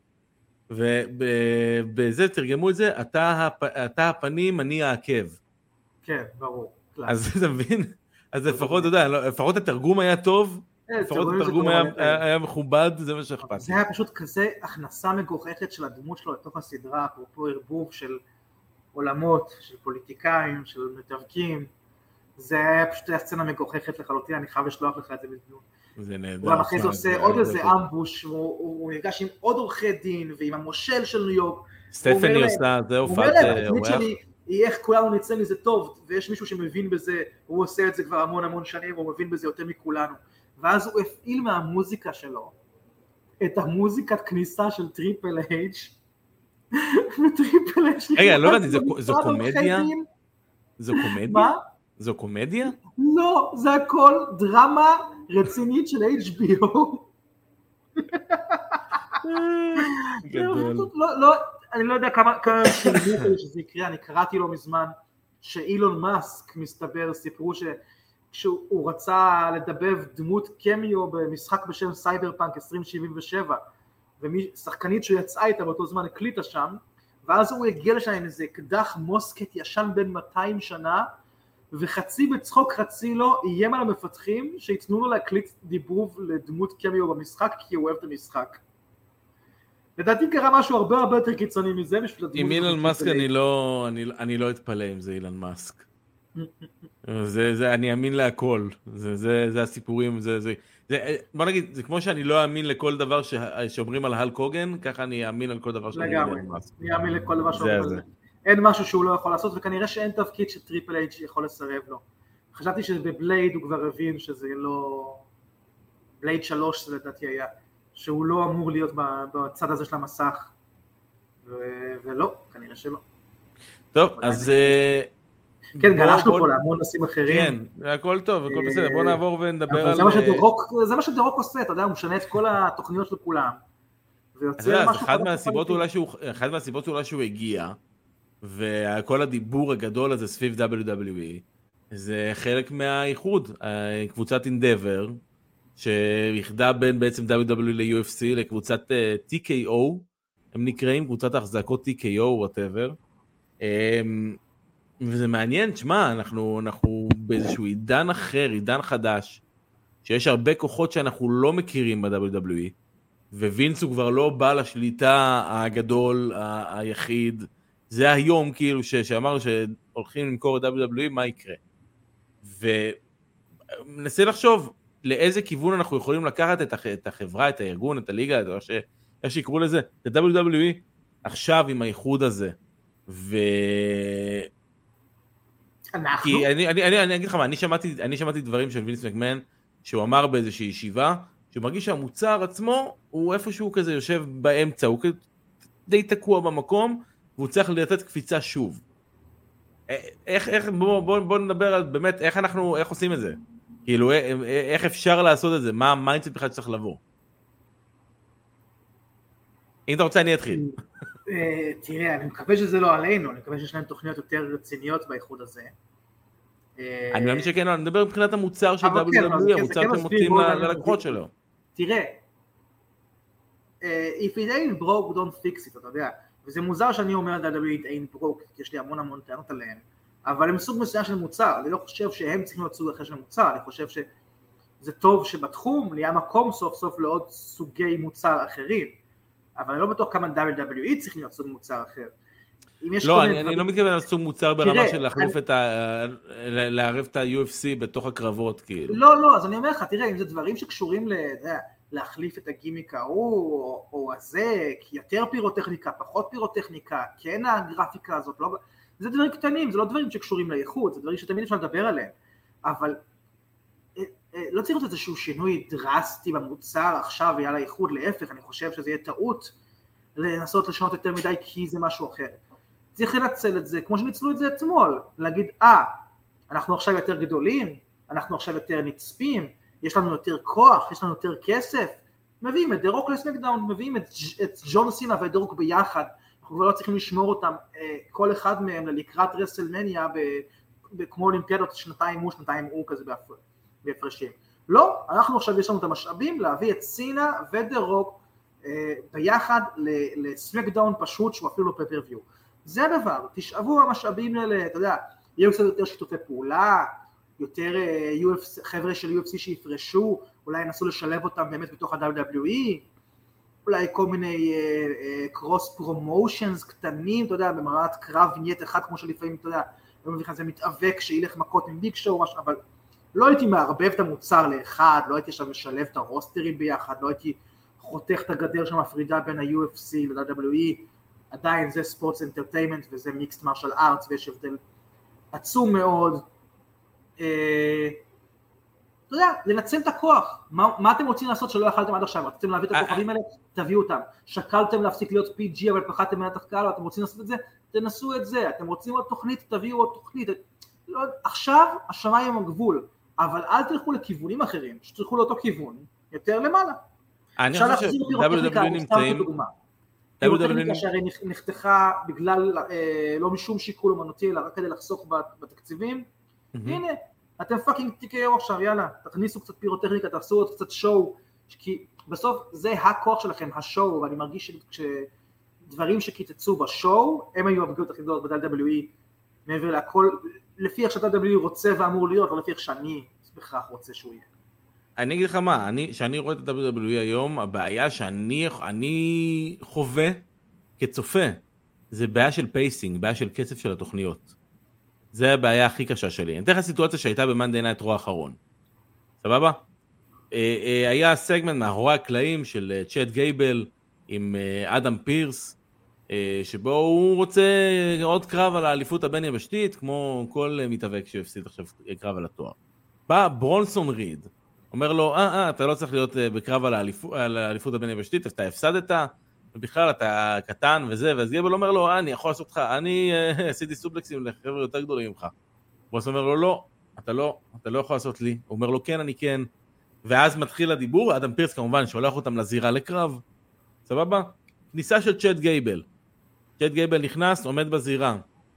ובזה תרגמו את זה, אתה, אתה הפנים, אני העקב. כן, ברור. אז אתה מבין? אז לפחות, אתה יודע, לפחות התרגום היה טוב, לפחות התרגום היה מכובד, זה מה שאכפת. זה היה פשוט כזה הכנסה מגוחכת של הדמות שלו לתוך הסדרה, אפרופו ערבוב של עולמות, של פוליטיקאים, של מתאבקים, זה היה פשוט סצנה מגוחכת לחלוטין, אני חייב לשלוח לך את זה בזדמנות. זה נהדר. הוא גם אחרי זה עושה עוד איזה אמבוש, הוא נפגש עם עוד עורכי דין, ועם המושל של ניו יורק. סטפני עושה, זה הופעת אורח. הוא אומר להם, התוכנית שלי היא איך כולנו נצא מזה טוב, ויש מישהו שמבין בזה, הוא עושה את זה כבר המון המון שנים, והוא מבין בזה יותר מכולנו. ואז הוא הפעיל מהמוזיקה שלו, את המוזיקת כניסה של טריפל אייץ' וטריפל אייץ' רגע, לא הבנתי, זו קומדיה? זו קומדיה? מה? זו קומדיה? לא, זה הכל דרמה רצינית של אייץ' בי או. אני לא יודע כמה שזה יקרה, אני קראתי לו מזמן שאילון מאסק מסתבר, סיפרו שכשהוא רצה לדבב דמות קמיו במשחק בשם סייבר פאנק עשרים שבעים ושבע, ושחקנית שהוא יצאה איתה באותו זמן הקליטה שם, ואז הוא הגיע לשם עם איזה אקדח מוסקט ישן בין מאתיים שנה, וחצי בצחוק חצי לא איים על המפתחים שיתנו לו להקליט דיבוב לדמות קמיו במשחק, כי הוא אוהב את המשחק. לדעתי קרה משהו הרבה הרבה יותר קיצוני מזה. עם אילן מאסק אני לא, אני, אני לא אתפלא אם זה אילן מאסק. זה, זה, אני אאמין להכל. זה, זה, זה הסיפורים, זה, זה, זה, בוא נגיד, זה כמו שאני לא אאמין לכל דבר ש, שאומרים על הלק הוגן, ככה אני אאמין על כל דבר שאומרים על אילן מאסק. אני אאמין לכל דבר שאומרים על זה. אין משהו שהוא לא יכול לעשות, וכנראה שאין תפקיד שטריפל אייץ' יכול לסרב לו. חשבתי שבבלייד הוא כבר הבין שזה לא... בלייד שלוש זה לדעתי היה. שהוא לא אמור להיות בצד הזה של המסך, ולא, כנראה שלא. טוב, אז... כן, גלשנו פה להמון נושאים אחרים. כן, הכל טוב, הכל בסדר, בוא נעבור ונדבר על... זה מה שדרוק עושה, אתה יודע, הוא משנה את כל התוכניות של כולם, ויוצא משהו... אחת מהסיבות אולי שהוא הגיע, וכל הדיבור הגדול הזה סביב דאבליו דאבליו אי, זה חלק מהאיחוד, קבוצת אינדבר, שיחדה בין בעצם דאבליו דאבליו אי ל-יו אף סי לקבוצת טי קיי או, הם נקראים קבוצת החזקות טי קיי או, whatever, וזה מעניין, תשמע, אנחנו, אנחנו באיזשהו עידן אחר, עידן חדש, שיש הרבה כוחות שאנחנו לא מכירים ב-דאבליו דאבליו אי, ווינס הוא כבר לא בעל השליטה הגדול, ה- היחיד, זה היום כאילו ש- שאמרנו שהולכים למכור את דאבליו דאבליו אי, מה יקרה? וננסה לחשוב, לאיזה כיוון אנחנו יכולים לקחת את, הח, את החברה, את הארגון, את הליגה, את ש, איך שיקראו לזה, את דאבליו דאבליו אי, עכשיו עם האיחוד הזה, ו... אנחנו? כי אני, אני, אני, אני אגיד לך מה, אני שמעתי, אני שמעתי דברים של וינס מקמן, שהוא אמר באיזושהי ישיבה, שהוא מרגיש שהמוצר עצמו, הוא איפשהו כזה יושב באמצע, הוא די תקוע במקום, והוא צריך לתת קפיצה שוב. איך, איך, בוא, בוא, בוא נדבר על באמת, איך אנחנו, איך עושים את זה? כאילו, איך אפשר לעשות את זה? מה המיינדסט בכלל שצריך לבוא? אם אתה רוצה, אני אתחיל. תראה, אני מקווה שזה לא עלינו, אני מקווה שיש להם תוכניות יותר רציניות באיחוד הזה. אני מאמין שכן, אני מדבר מבחינת המוצר של דאבליו דאבליו אי, המוצר שאתם מוצאים ללקוחות שלו. תראה, if it ain't broke, don't fix it, אתה יודע, וזה מוזר שאני אומר על דאבליו דאבליו אי it ain't broke, כי יש לי המון המון טענות עליהם, אבל הם סוג מסוים של מוצר, אני לא חושב שהם צריכים להיות סוג אחר של מוצר, אני חושב שזה טוב שבתחום נהיה מקום סוף סוף לעוד סוגי מוצר אחרים, אבל אני לא בטוח כמה דאבליו דאבליו אי צריכים להיות סוג מוצר אחר. לא, אני לא מתכוון על סוג מוצר ברמה של להחליף את ה... לערב את ה-יו אף סי בתוך הקרבות, כאילו. לא, לא, אז אני אומר לך, תראה, אם זה דברים שקשורים להחליף את הגימיק ההוא, או הזה, יותר פירוטכניקה, פחות פירוטכניקה, כן הגרפיקה הזאת, זה דברים קטנים, זה לא דברים שקשורים לאיכות, זה דברים שתמיד אפשר לדבר עליהם, אבל לא צריך להיות איזשהו שינוי דרסטי במוצר עכשיו ויהיה לאיחוד, להפך, אני חושב שזה יהיה טעות לנסות לשנות יותר מדי כי זה משהו אחר. צריך לנצל את זה, כמו שניצלו את זה אתמול, להגיד, אה, אנחנו עכשיו יותר גדולים, אנחנו עכשיו יותר נצפים, יש לנו יותר כוח, יש לנו יותר כסף, מביאים את דרוק לסמקדאון, מביאים את, את ג'ון סינה ודרוק ביחד, אנחנו כבר לא צריכים לשמור אותם, כל אחד מהם ללקראת רסלמניה, כמו אולימפיאדות שנתיים הוא, שנתיים הוא כזה בהפרשים. לא, אנחנו עכשיו יש לנו את המשאבים להביא את סינה ודרוק ביחד לסמקדאון פשוט שהוא אפילו לא פייפריוויו. זה הדבר, תשאבו המשאבים האלה, אתה יודע, יהיו קצת יותר שיתופי פעולה, יותר חבר'ה של יו אף סי שיפרשו, אולי ינסו לשלב אותם באמת בתוך ה-דאבליו דאבליו אי, אולי כל מיני קרוס פרומושנס קטנים, אתה יודע, במראת קרב ונייט אחד, כמו שלפעמים, אתה יודע, זה מתאבק שילך מכות עם ביג שואו, אבל לא הייתי מערבב את המוצר לאחד, לא הייתי עכשיו משלב את הרוסטרים ביחד, לא הייתי חותך את הגדר שמפרידה בין ה-יו אף סי ל-דאבליו דאבליו אי, עדיין זה ספורטס אנטרטיימנט וזה מיקסט מרשל ארטס ויש הבדל עצום מאוד. אה, אתה יודע, לנצל את הכוח, מה, מה אתם רוצים לעשות שלא יכלתם עד עכשיו? רציתם להביא את הכוכבים האלה, תביאו אותם. שקלתם להפסיק להיות פי ג'י אבל פחדתם מנתח קהל, אתם רוצים לעשות את זה? תנסו את זה. אתם רוצים עוד תוכנית, תביאו עוד תוכנית. לא, עכשיו השמיים הם הגבול, אבל אל תלכו לכיוונים אחרים, שתלכו לאותו כיוון, יותר למעלה. אני חושב ש-דאבליו דאבליו אי נמצאים... פירוטכניקה שהרי נחתכה בגלל, לא משום שיקול אומנותי, אלא רק כדי לחסוך בתקציבים. הנה, אתם פאקינג טי קיי או עכשיו, יאללה, תכניסו קצת פירוטכניקה, תעשו עוד קצת שואו, כי בסוף זה הכוח שלכם, השואו, ואני מרגיש שדברים שקיצצו בשואו, הם היו הפגיעות הכי גדולות ב-דאבליו דאבליו אי, מעבר להכל, לפי איך ש-דאבליו דאבליו אי רוצה ואמור להיות, ולפי איך שאני בכך רוצה שהוא יהיה. אני אגיד לך מה, אני, שאני רואה את ה-דאבליו דאבליו אי היום, הבעיה שאני אני חווה כצופה, זה בעיה של פייסינג, בעיה של קצב של התוכניות. זה הבעיה הכי קשה שלי. אני אתן לך סיטואציה שהייתה ב-Monday Night Raw האחרון. סבבה? היה סגמנט מאחורי הקלעים של צ'אט גייבל עם אדם פירס, שבו הוא רוצה עוד קרב על האליפות הבין יבשתית, כמו כל מתאבק שהפסיד עכשיו קרב על התואר. בא ברונסון ריד, אומר לו, אה, אה, אתה לא צריך להיות בקרב על האליפות, על האליפות הבין יבשתית, אתה הפסדת, ובכלל אתה קטן וזה, ואז גייבל אומר לו, אה, אני יכול לעשות לך, אני אה, עשיתי סופלקסים לחבר'ה יותר גדולים ממך. ברונסון אומר לו, לא, אתה לא, אתה לא יכול לעשות לי. הוא אומר לו, כן, אני כן. ואז מתחיל הדיבור, אדם פירס כמובן שולח אותם לזירה לקרב, סבבה? כניסה של צ'אט גייבל. צ'אט גייבל נכנס, עומד בזירה,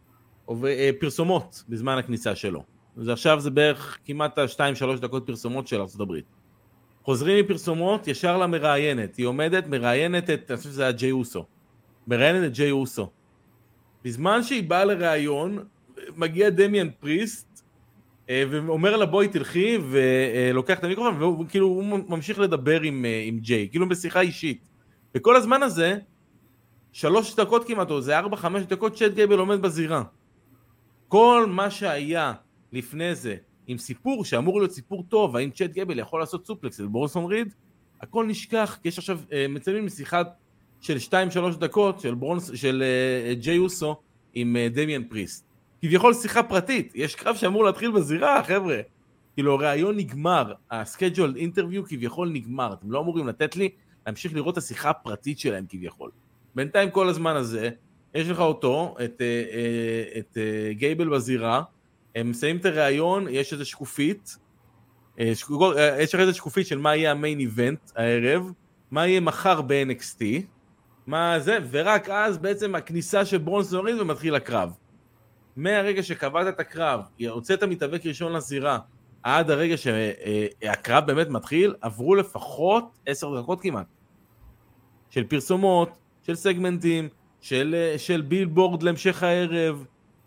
פרסומות בזמן הכניסה שלו. ועכשיו זה בערך כמעט שתיים שלוש דקות פרסומות של ארצות הברית. חוזרים מפרסומות ישר למראיינת, היא עומדת, מראיינת את, אני חושב שזה היה ג'יי אוסו, מראיינת את ג'יי אוסו. בזמן שהיא באה לראיון, מגיע דמיאן פריסט, ואומר לה בואי תלכי, ולוקח את המיקרופון, והוא כאילו הוא ממשיך לדבר עם, עם ג'יי, כאילו בשיחה אישית. וכל הזמן הזה, שלוש דקות כמעט, או זה ארבע, חמש דקות, צ'אט גייבל עומד בזירה. כל מה שהיה לפני זה, עם סיפור שאמור להיות סיפור טוב, האם צ'אט גייבל יכול לעשות סופלקס אל ברונסון ריד, הכל נשכח, כי יש עכשיו מצלמים משיחה של שתיים שלוש דקות של, ברונס, של uh, ג'יי אוסו עם uh, דמיאן פריסט. כביכול שיחה פרטית, יש קרב שאמור להתחיל בזירה, חבר'ה. כאילו, הרעיון נגמר, הסקייג'ול אינטרוויו כביכול נגמר, אתם לא אמורים לתת לי להמשיך לראות את השיחה הפרטית שלהם כביכול. בינתיים כל הזמן הזה, יש לך אותו, את, uh, את uh, גייבל בזירה, הם מסיים את הרעיון, יש איזו שקופית, יש לך איזו שקופית של מה יהיה המיין איבנט הערב, מה יהיה מחר ב-אן אקס טי, מה זה, ורק אז בעצם הכניסה של ברונסון ריד ומתחיל הקרב. מהרגע שקבעת את הקרב, הוצאת מתאבק ראשון לזירה, עד הרגע שהקרב באמת מתחיל, עברו לפחות עשר דקות כמעט. של פרסומות, של סגמנטים, של, של בילבורד להמשך הערב,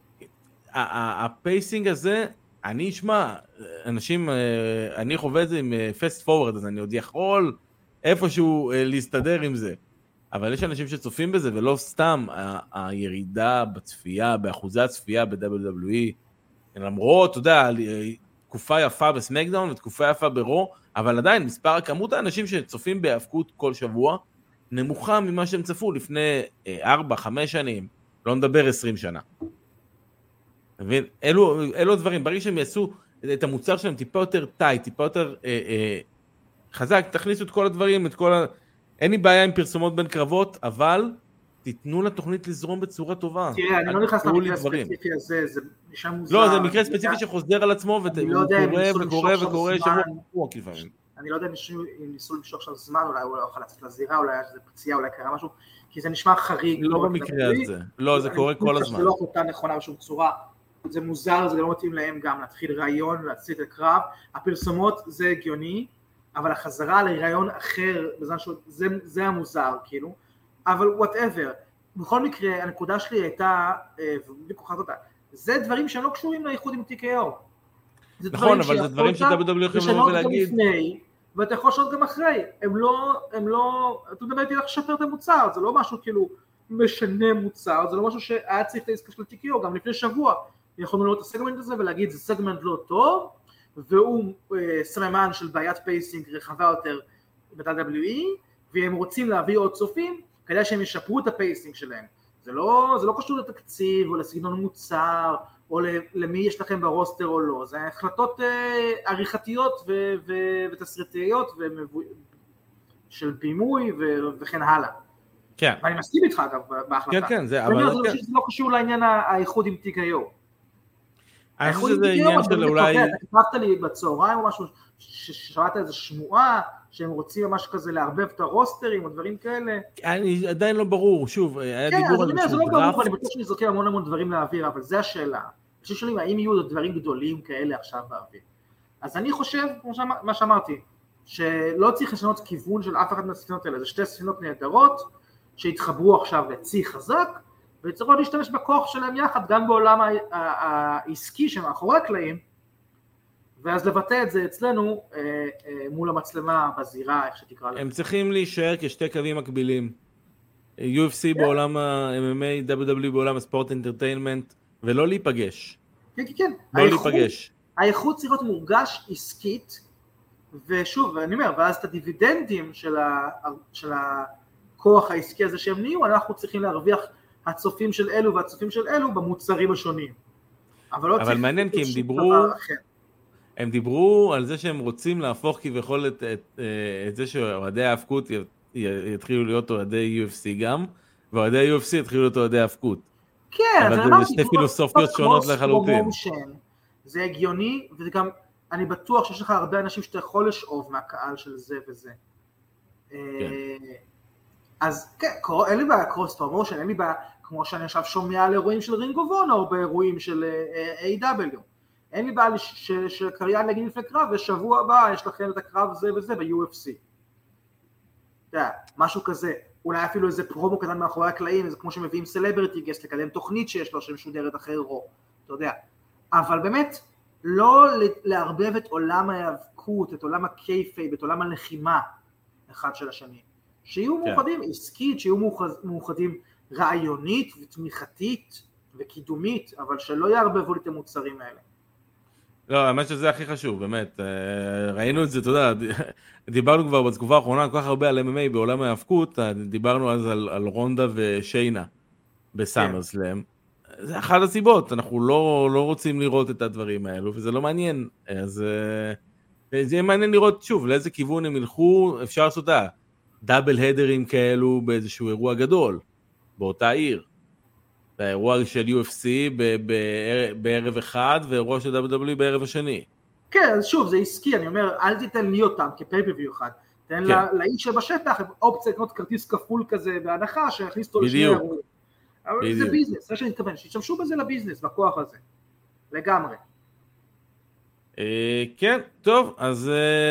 הפייסינג הזה, אני אשמע, אנשים, אני חווה את זה עם פסט פורוורד, אז אני עוד יכול איפשהו להסתדר עם זה. אבל יש אנשים שצופים בזה, ולא סתם הירידה בצפייה, באחוזי הצפייה ב-דאבליו דאבליו אי, למרות, אתה יודע, תקופה יפה בסמקדאון ותקופה יפה ברו, אבל עדיין מספר, כמות האנשים שצופים בהאבקות כל שבוע, נמוכה ממה שהם צפו לפני ארבע, חמש שנים, לא נדבר עשרים שנה. מבין? אלו, אלו דברים, ברגע שהם יעשו את המוצר שלהם טיפה יותר טייט, טיפה יותר אה, אה, חזק, תכניסו את כל הדברים, את כל ה... אין לי בעיה עם פרסומות בין קרבות, אבל תיתנו לתוכנית לזרום בצורה טובה. תראה, אני לא נכנס למקרה הספציפי הזה, זה נשאר מוזר. לא, זה מקרה ספציפי שחוזר על עצמו, והוא קורה וקורה וקורה שבוע לפעמים. אני לא יודע אם ניסו למשוך עכשיו זמן, אולי הוא לא יכול לצאת לזירה, אולי יש פציעה, אולי קרה משהו, כי זה נשמע חריג. לא במקרה הזה, לא, זה קורה כל הזמן. זה לא החלטה נכונה בשום צורה. זה מוזר, זה לא מתאים להם גם להתחיל רעיון, להציץ את הקרב, הפרסומות זה הגיוני, אבל החזרה לרעיון אחר, זה, זה המוזר, כאילו, אבל whatever, בכל מקרה, הנקודה שלי הייתה, ובדיוק כוחת אותה, זה דברים שהם לא קשורים לאיחוד עם טי קיי או. נכון, אבל זה דברים ש-דאבליו דאבליו אי יכולים לבוא ולהגיד. ואתה יכול לשנות גם אחרי, הם לא, הם לא, אתה מדבר איתי לך לשפר את המוצר, זה לא משהו כאילו משנה מוצר, זה לא משהו שהיה צריך את העסקה של טי קיי או, גם לפני שבוע, יכולנו לראות את הסגמנט הזה ולהגיד, זה סגמנט לא טוב, והוא סממן של בעיית פייסינג רחבה יותר ב-דאבליו דאבליו אי, והם רוצים להביא עוד צופים כדי שהם ישפרו את הפייסינג שלהם. זה לא, זה לא קשור לתקציב או לסגנון מוצר או למי יש לכם ברוסטר או לא, זה החלטות עריכתיות ו- ו- ותסריטיות ו- של בימוי ו- וכן הלאה. כן. ואני מסכים איתך אגב בהחלטה. כן, כן, זה, אבל... אבל... זה, זה לא קשור לעניין האיחוד עם טי קיי או. אני חושב שזה עניין של אולי... אתה כתבת לי בצהריים או משהו, ששמעת איזו שמועה, שהם רוצים ממש כזה לערבב את הרוסטרים או דברים כאלה. אני עדיין לא ברור, שוב, היה כן, דיבור אז על אני אומר, זה משהו לא ברור, דראפט. ואני בטוח שנזרקים המון המון דברים לאוויר, אבל זה השאלה. אני חושב שואלים, האם יהיו דברים גדולים כאלה עכשיו באוויר? אז אני חושב, כמו שאמר, מה שאמרתי, שלא צריך לשנות כיוון של אף אחת מהספינות האלה, זה שתי ספינות נהדרות, שהתחברו עכשיו לצי חזק, וצריכו להשתמש בכוח שלהם יחד, גם בעולם העסקי שמאחורי הקלעים, ואז לבטא את זה אצלנו אה, אה, מול המצלמה בזירה, איך שתקרא לזה. הם צריכים להישאר כשתי קווים מקבילים. יו אף סי בעולם ה-אם אם איי, דאבליו דאבליו בעולם הספורט אינטרטיינמנט, ולא להיפגש. כן, כן, כן. לא האיכות, להיפגש. האיכות צריך להיות מורגש עסקית, ושוב, אני אומר, ואז את הדיבידנדים של, ה, של הכוח העסקי הזה שהם נהיו, אנחנו צריכים להרוויח הצופים של אלו והצופים של אלו במוצרים השונים. אבל לא אבל צריך... מעניין כי הם דיברו... הם דיברו על זה שהם רוצים להפוך כביכול את, את, את זה שאוהדי ההפקות יתחילו להיות אוהדי יו אף סי גם, ואוהדי יו אף סי יתחילו להיות אוהדי ההפקות. כן, אבל זה שתי פילוסופיות שונות לחלוטין. זה הגיוני, וגם אני בטוח שיש לך הרבה אנשים שאתה יכול לשאוב מהקהל של זה וזה. כן. אז כן, אין לי בעיה קרוס פרומושן, אין לי בעיה, כמו שאני עכשיו שומע על אירועים של רינג אוף אונור, באירועים של איי דאבליו. אין לי בעיה שקריין להגיד לפני קרב, ושבוע הבא יש לכם את הקרב זה וזה ב-יו אף סי. אתה יודע, משהו כזה. אולי אפילו איזה פרומו קטן מאחורי הקלעים, זה כמו שמביאים סלבריטי גסט, לקדם תוכנית שיש לו שמשודרת אחרי רו, אתה יודע. אבל באמת, לא לערבב את עולם ההיאבקות, את עולם הקייפייב, את עולם הלחימה אחד של השני. שיהיו מאוחדים עסקית, שיהיו מאוחדים רעיונית ותמיכתית וקידומית, אבל שלא יערבבו לי את המוצרים האלה. לא, האמת שזה הכי חשוב, באמת. ראינו את זה, אתה יודע, דיברנו כבר בתקופה האחרונה כל כך הרבה על אם אם איי בעולם ההאבקות, דיברנו אז על, על רונדה ושיינה בסאמרסלאם. זה אחת הסיבות, אנחנו לא, לא רוצים לראות את הדברים האלו, וזה לא מעניין. אז זה יהיה מעניין לראות, שוב, לאיזה כיוון הם ילכו, אפשר לעשות דאבל הדרים כאלו באיזשהו אירוע גדול, באותה עיר. האירוע של יו אף סי בערב אחד, ואירוע של דאבליו דאבליו בערב השני. כן, אז שוב, זה עסקי, אני אומר, אל תיתן לי אותם כפייפריוויו אחד, תן לאיש שבשטח אופציה לקנות כרטיס כפול כזה בהנחה, שיכניס אותו לשני אירועים. אבל זה ביזנס, זה שאני מתכוון, שישתמשו בזה לביזנס, בכוח הזה, לגמרי. כן, טוב, אז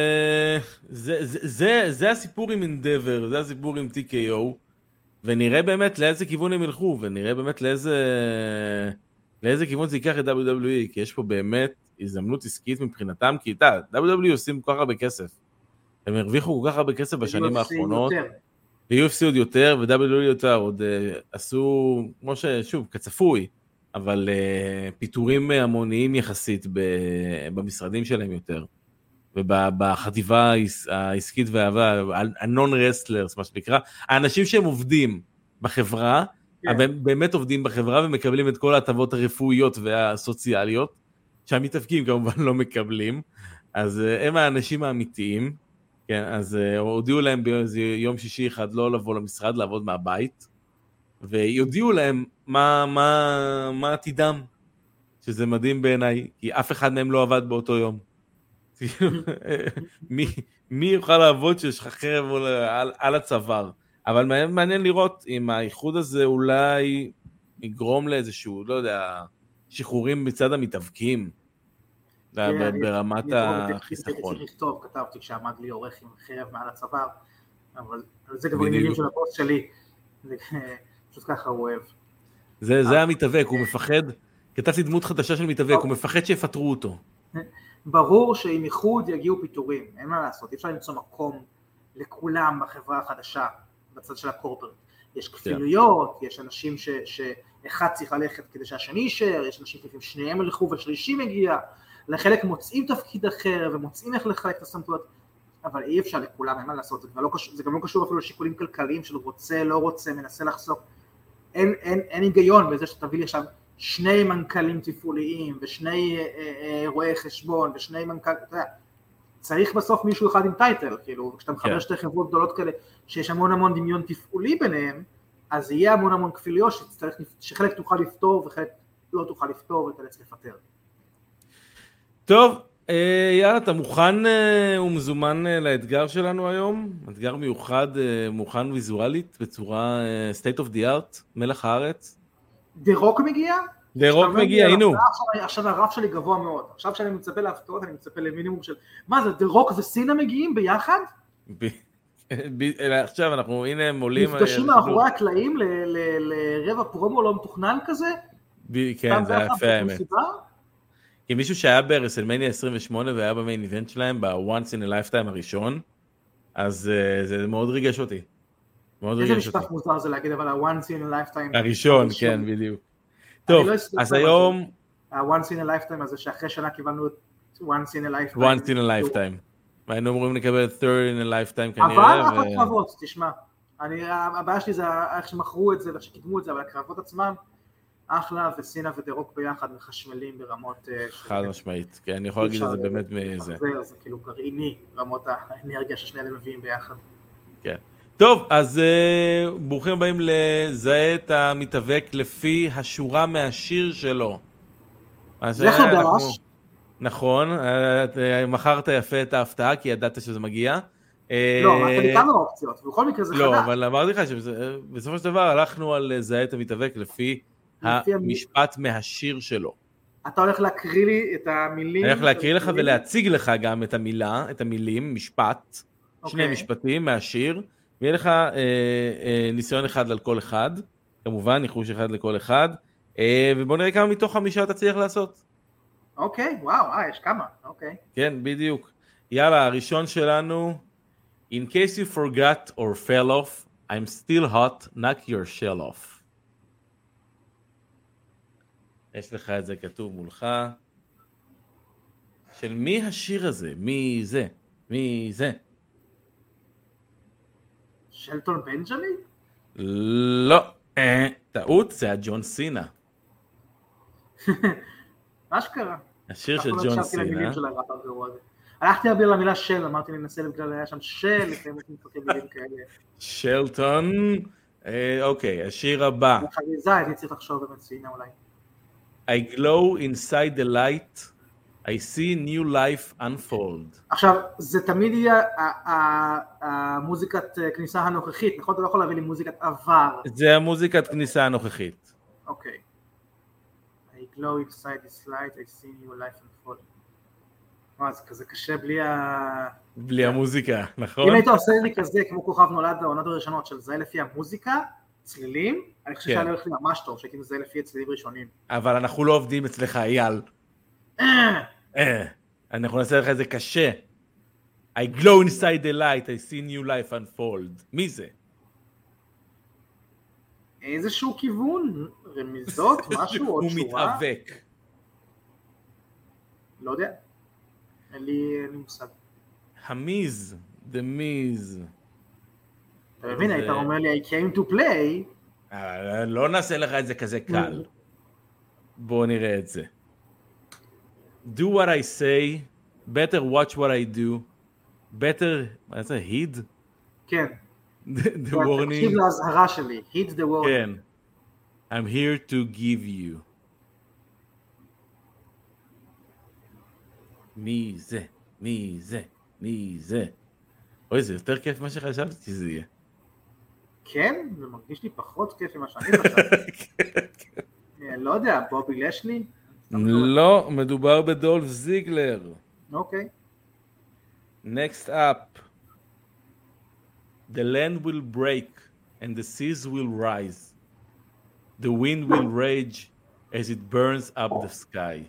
זה הסיפור עם אנדבר, זה הסיפור עם טי קיי או, ונראה באמת לאיזה כיוון הם ילכו, ונראה באמת לאיזה, לאיזה כיוון זה ייקח את דאבליו דאבליו אי, כי יש פה באמת הזדמנות עסקית מבחינתם, כי איתה, דאבליו דאבליו אי עושים כל כך הרבה כסף, הם הרוויחו כל כך הרבה כסף בשנים האחרונות, ו-יו אף סי עוד יותר, ו-דאבליו דאבליו אי יותר, עוד uh, עשו, כמו ששוב, כצפוי, אבל uh, פיתורים המוניים יחסית ב- במשרדים שלהם יותר, ובחטיבה העסקית והאהבה, הנון רסלרס, מה שנקרא, האנשים שהם עובדים בחברה, yeah. אבל הם באמת עובדים בחברה, ומקבלים את כל ההטבות הרפואיות והסוציאליות, שהמתאבקים כמובן לא מקבלים, אז uh, הם האנשים האמיתיים, כן, אז uh, הודיעו להם ביום שישי אחד לא לבוא למשרד, לעבוד מהבית, ויודיעו להם מה, מה, מה עתידם, שזה מדהים בעיניי, כי אף אחד מהם לא עבד באותו יום. מי, מי יוכל לעבוד שיש לך חרב על, על הצוואר? אבל מעניין לראות אם האיחוד הזה אולי יגרום לאיזשהו, לא יודע, שחרורים מצד המתאבקים, ברמת החיסכון. צריך לכתוב, כתבתי כשעמד לי עורך עם חרב מעל הצוואר, אבל זה כבר עניינים של הפוסט שלי, פשוט ככה הוא אוהב. זה המתאבק, הוא מפחד, כתבתי דמות חדשה של מתאבק, הוא מפחד שיפטרו אותו. ברור שעם איחוד יגיעו פיתורים, אין מה לעשות, אי אפשר למצוא מקום לכולם בחברה החדשה, בצד של הקורפרט. יש כפילויות, יש אנשים שאחד צריך ללכת כדי שהשני יישאר, יש אנשים כפים שניהם הלכו והשלישי מגיע, לחלק מוצאים תפקיד אחר, ומוצאים איך לחלק את הסמכויות, אבל אי אפשר לכולם, אין מה לעשות, זה, לא קשור, זה גם לא קשור אפילו לשיקולים כלכליים של רוצה, לא רוצה, מנסה לחסוך, אין, אין, אין היגיון בזה שתביא לי עכשיו שני מנכ"לים תפעוליים, ושני אה, אה, רואי חשבון, ושני מנכ"לים, אתה יודע, צריך בסוף מישהו אחד עם טייטל, כאילו, כשאתה מחבר שתי חברות גדולות כאלה, שיש המון המון דמיון תפעולי ביניהם, אז יהיה המון המון כפיליות, שצריך, שחלק תוכל לפתור, וחלק לא תוכל לפתור, ותלץ לפטר. טוב, יאללה, אתה מוכן ומזומן לאתגר שלנו היום? אתגר מיוחד, מוכן ויזואלית, בצורה state of the art, מלך הארץ? דה רוק מגיע? דה רוק מגיע, הנה. עכשיו הרף שלי גבוה מאוד, עכשיו שאני מצפה להפתעות, אני מצפה למינימום של, מה זה, דה רוק וסינה מגיעים ביחד? עכשיו אנחנו, הנה הם עולים. נפגשים מאחורי הקלעים לרבע פרומו לא מתוכנן כזה? כן, זה היה יפה האמת. כי מישהו שהיה ברסלמניה עשרים ושמונה והיה במיין איבנט שלהם, ב-Once in a Lifetime הראשון, אז זה מאוד ריגש אותי. איזה משפט מוזר זה להגיד, אבל ה-Once in a Lifetime. הראשון, כן, בדיוק. טוב, אז היום... ה-Once in a Lifetime הזה, שאחרי שנה קיבלנו את Once in a Lifetime. Once in a Lifetime. והיינו אמורים לקבל third in a Lifetime כנראה. אבל אחת קרבות, תשמע. הבעיה שלי זה איך שמכרו את זה ואיך שקידמו את זה, אבל הקרבות עצמם, אחלה וסינה ודרוק ביחד מחשמלים ברמות... חד משמעית, כן, אני יכול להגיד את זה באמת מזה. זה כאילו גרעיני, רמות האנרגיה ששניהם מביאים ביחד. כן. טוב, אז ברוכים הבאים לזהה את המתאבק לפי השורה מהשיר שלו. זה חדש. נכון, מכרת יפה את ההפתעה, כי ידעת שזה מגיע. לא, אמרת לי כמה אופציות, ובכל מקרה זה חדש. לא, אבל אמרתי לך שבסופו של דבר הלכנו על זהה את המתאבק לפי המשפט מהשיר שלו. אתה הולך להקריא לי את המילים? אני הולך להקריא לך ולהציג לך גם את המילה, את המילים, משפט, שני משפטים מהשיר, ויהיה לך ניסיון אחד על כל אחד, כמובן, ניחוש אחד לכל אחד, ובוא נראה כמה מתוך חמישה אתה צריך לעשות. אוקיי, וואו, אה, יש כמה, אוקיי. כן, בדיוק. יאללה, הראשון שלנו, In case you forgot or fell off, I'm still hot, knock your shell off. יש לך את זה כתוב מולך. של מי השיר הזה? מי זה? מי זה? שלטון בנג'מין? לא, טעות, זה הג'ון סינה. מה שקרה? השיר של ג'ון סינה. הלכתי להביא למילה של, אמרתי לי ננסה בגלל היה שם של, לפעמים אותי מפקד מילים כאלה. שלטון, אוקיי, השיר הבא. בחגיזה, הייתי צריך לחשוב באמת סינה אולי. I glow inside the light, I see new life unfold. עכשיו, זה תמיד יהיה המוזיקת כניסה הנוכחית, נכון? אתה לא יכול להביא לי מוזיקת עבר. זה המוזיקת כניסה הנוכחית. אוקיי. I glow inside this light, I see new life unfold. מה, זה כזה קשה בלי ה... בלי המוזיקה, נכון? אם היית עושה לי כזה, כמו כוכב נולד העונות הראשונות של זה לפי המוזיקה, צלילים, אני חושב שאני הולך לי ממש טוב, שהייתי מזה לפי הצלילים ראשונים. אבל אנחנו לא עובדים אצלך, אייל. אנחנו נעשה לך את זה קשה. I glow inside the light, I see new life unfold. מי זה? איזשהו כיוון, רמיזות, משהו, עוד שורה. הוא מתאבק. לא יודע. אין לי מושג. המיז, the מיז. אתה מבין, היית אומר לי, I came to play. לא נעשה לך את זה כזה קל. בואו נראה את זה. Do what I say, better watch what I do, better, מה זה, heed? כן. The warning. תקשיב להזהרה שלי, heed the warning. כן. I'm here to give you. מי זה? מי זה? מי זה? אוי, זה יותר כיף מה שחשבתי שזה יהיה. כן? זה מרגיש לי פחות כיף ממה שאני חשבתי. לא יודע, בובי לשלי? לא, מדובר בדולף זיגלר. אוקיי. Next up. The land will break and the seas will rise. The wind will rage as it burns up the sky.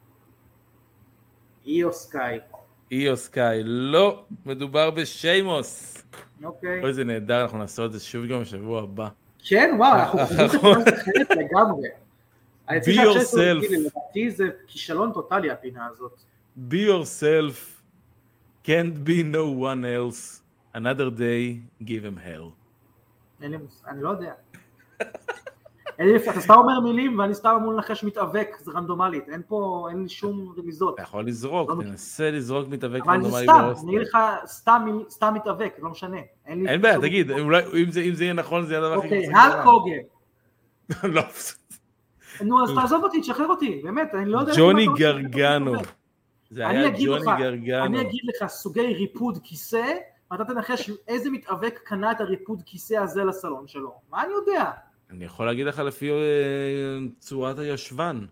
איו סקאי. איו סקאי. לא, מדובר בשיימוס. אוקיי. אוי, זה נהדר, אנחנו נעשה את זה שוב גם בשבוע הבא. כן, וואו, אנחנו חושבים את זה חלק לגמרי. be yourself. לדעתי זה כישלון טוטלי הפינה הזאת. be yourself, can't be no one else, another day, give him hell. אני לא יודע. אתה סתם אומר מילים ואני סתם אמור לנחש מתאבק, זה רנדומלית, אין פה, אין לי שום רמיזות. אתה יכול לזרוק, תנסה לזרוק מתאבק רנדומלי באוסטר. אבל זה סתם, אני אגיד לך סתם מתאבק, לא משנה. אין בעיה, תגיד, אם זה יהיה נכון זה יהיה הדבר הכי אוקיי, הקוגה. לא. נו, אז תעזוב אותי, תשחרר אותי, באמת, אני לא יודע... ג'וני גרגנו. זה היה ג'וני גרגנו. אני אגיד לך סוגי ריפוד כיסא, ואתה תנחש איזה מתאבק קנה את הריפוד כיסא הזה לסלון שלו. מה אני יודע? אני יכול להגיד לך לפי צורת הישבן.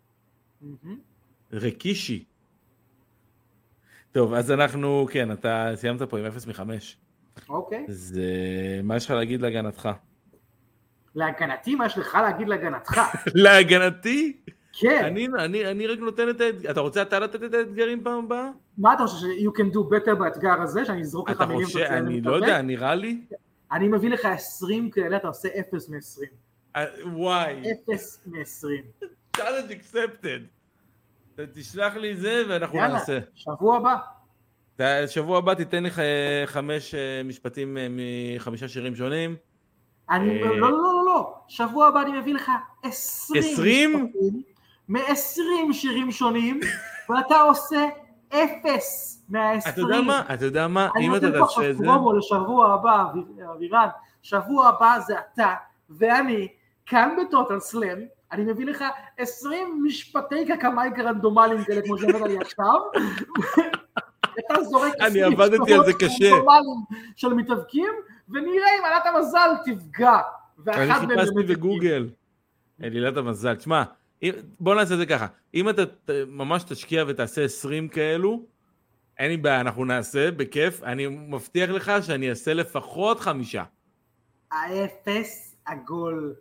רקישי. טוב, אז אנחנו, כן, אתה סיימת פה עם אפס מחמש. אוקיי. אז מה יש לך להגיד להגנתך? להגנתי? מה יש לך להגיד להגנתך? להגנתי? כן. אני, אני, אני רק נותן את האתגר. אתה רוצה אתה לתת את האתגרים פעם הבאה? מה אתה חושב, ש- you can do better באתגר הזה, שאני אזרוק לך מילים? אתה חושב, אני לא יודע, נראה לי. אני מביא לך עשרים כאלה, אתה עושה אפס מ-עשרים. וואי. אפס מ-עשרים. challenge accepted. תשלח לי זה ואנחנו נעשה. יאללה, שבוע הבא. שבוע הבא תיתן לי חמש משפטים מחמישה שירים שונים. אני, לא, לא, לא, לא, שבוע הבא אני מביא לך עשרים משפטים מ-עשרים שירים שונים, ואתה עושה אפס מה-עשרים. אתה יודע מה? אתה יודע מה? אם אתה נותן תעשה את זה... אני נותן פה פרומו לשבוע הבא, אבירן. שבוע הבא זה אתה ואני, כאן בטוטל סלאם, אני מביא לך עשרים משפטי קקמייק רנדומליים כאלה, כמו שאומר לי עכשיו, אתה זורק עשרים משפטות רנדומליים של מתאבקים, ונראה אם עלת המזל תפגע. אני חיפשתי בגוגל. עלילת המזל. תשמע, בוא נעשה את זה ככה. אם אתה ממש תשקיע ותעשה עשרים כאלו, אין לי בעיה, אנחנו נעשה, בכיף. אני מבטיח לך שאני אעשה לפחות חמישה. האפס עגול.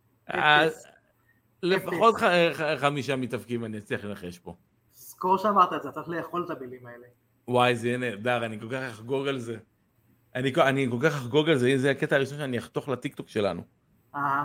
לפחות חמישה מתאבקים אני אצליח לנחש פה. זכור שאמרת את זה, צריך לאכול את המילים האלה. וואי, זה נהדר, אני כל כך אחגוג על זה. אני, אני כל כך אחגוג על זה, זה הקטע הראשון שאני אחתוך לטיקטוק שלנו. אה.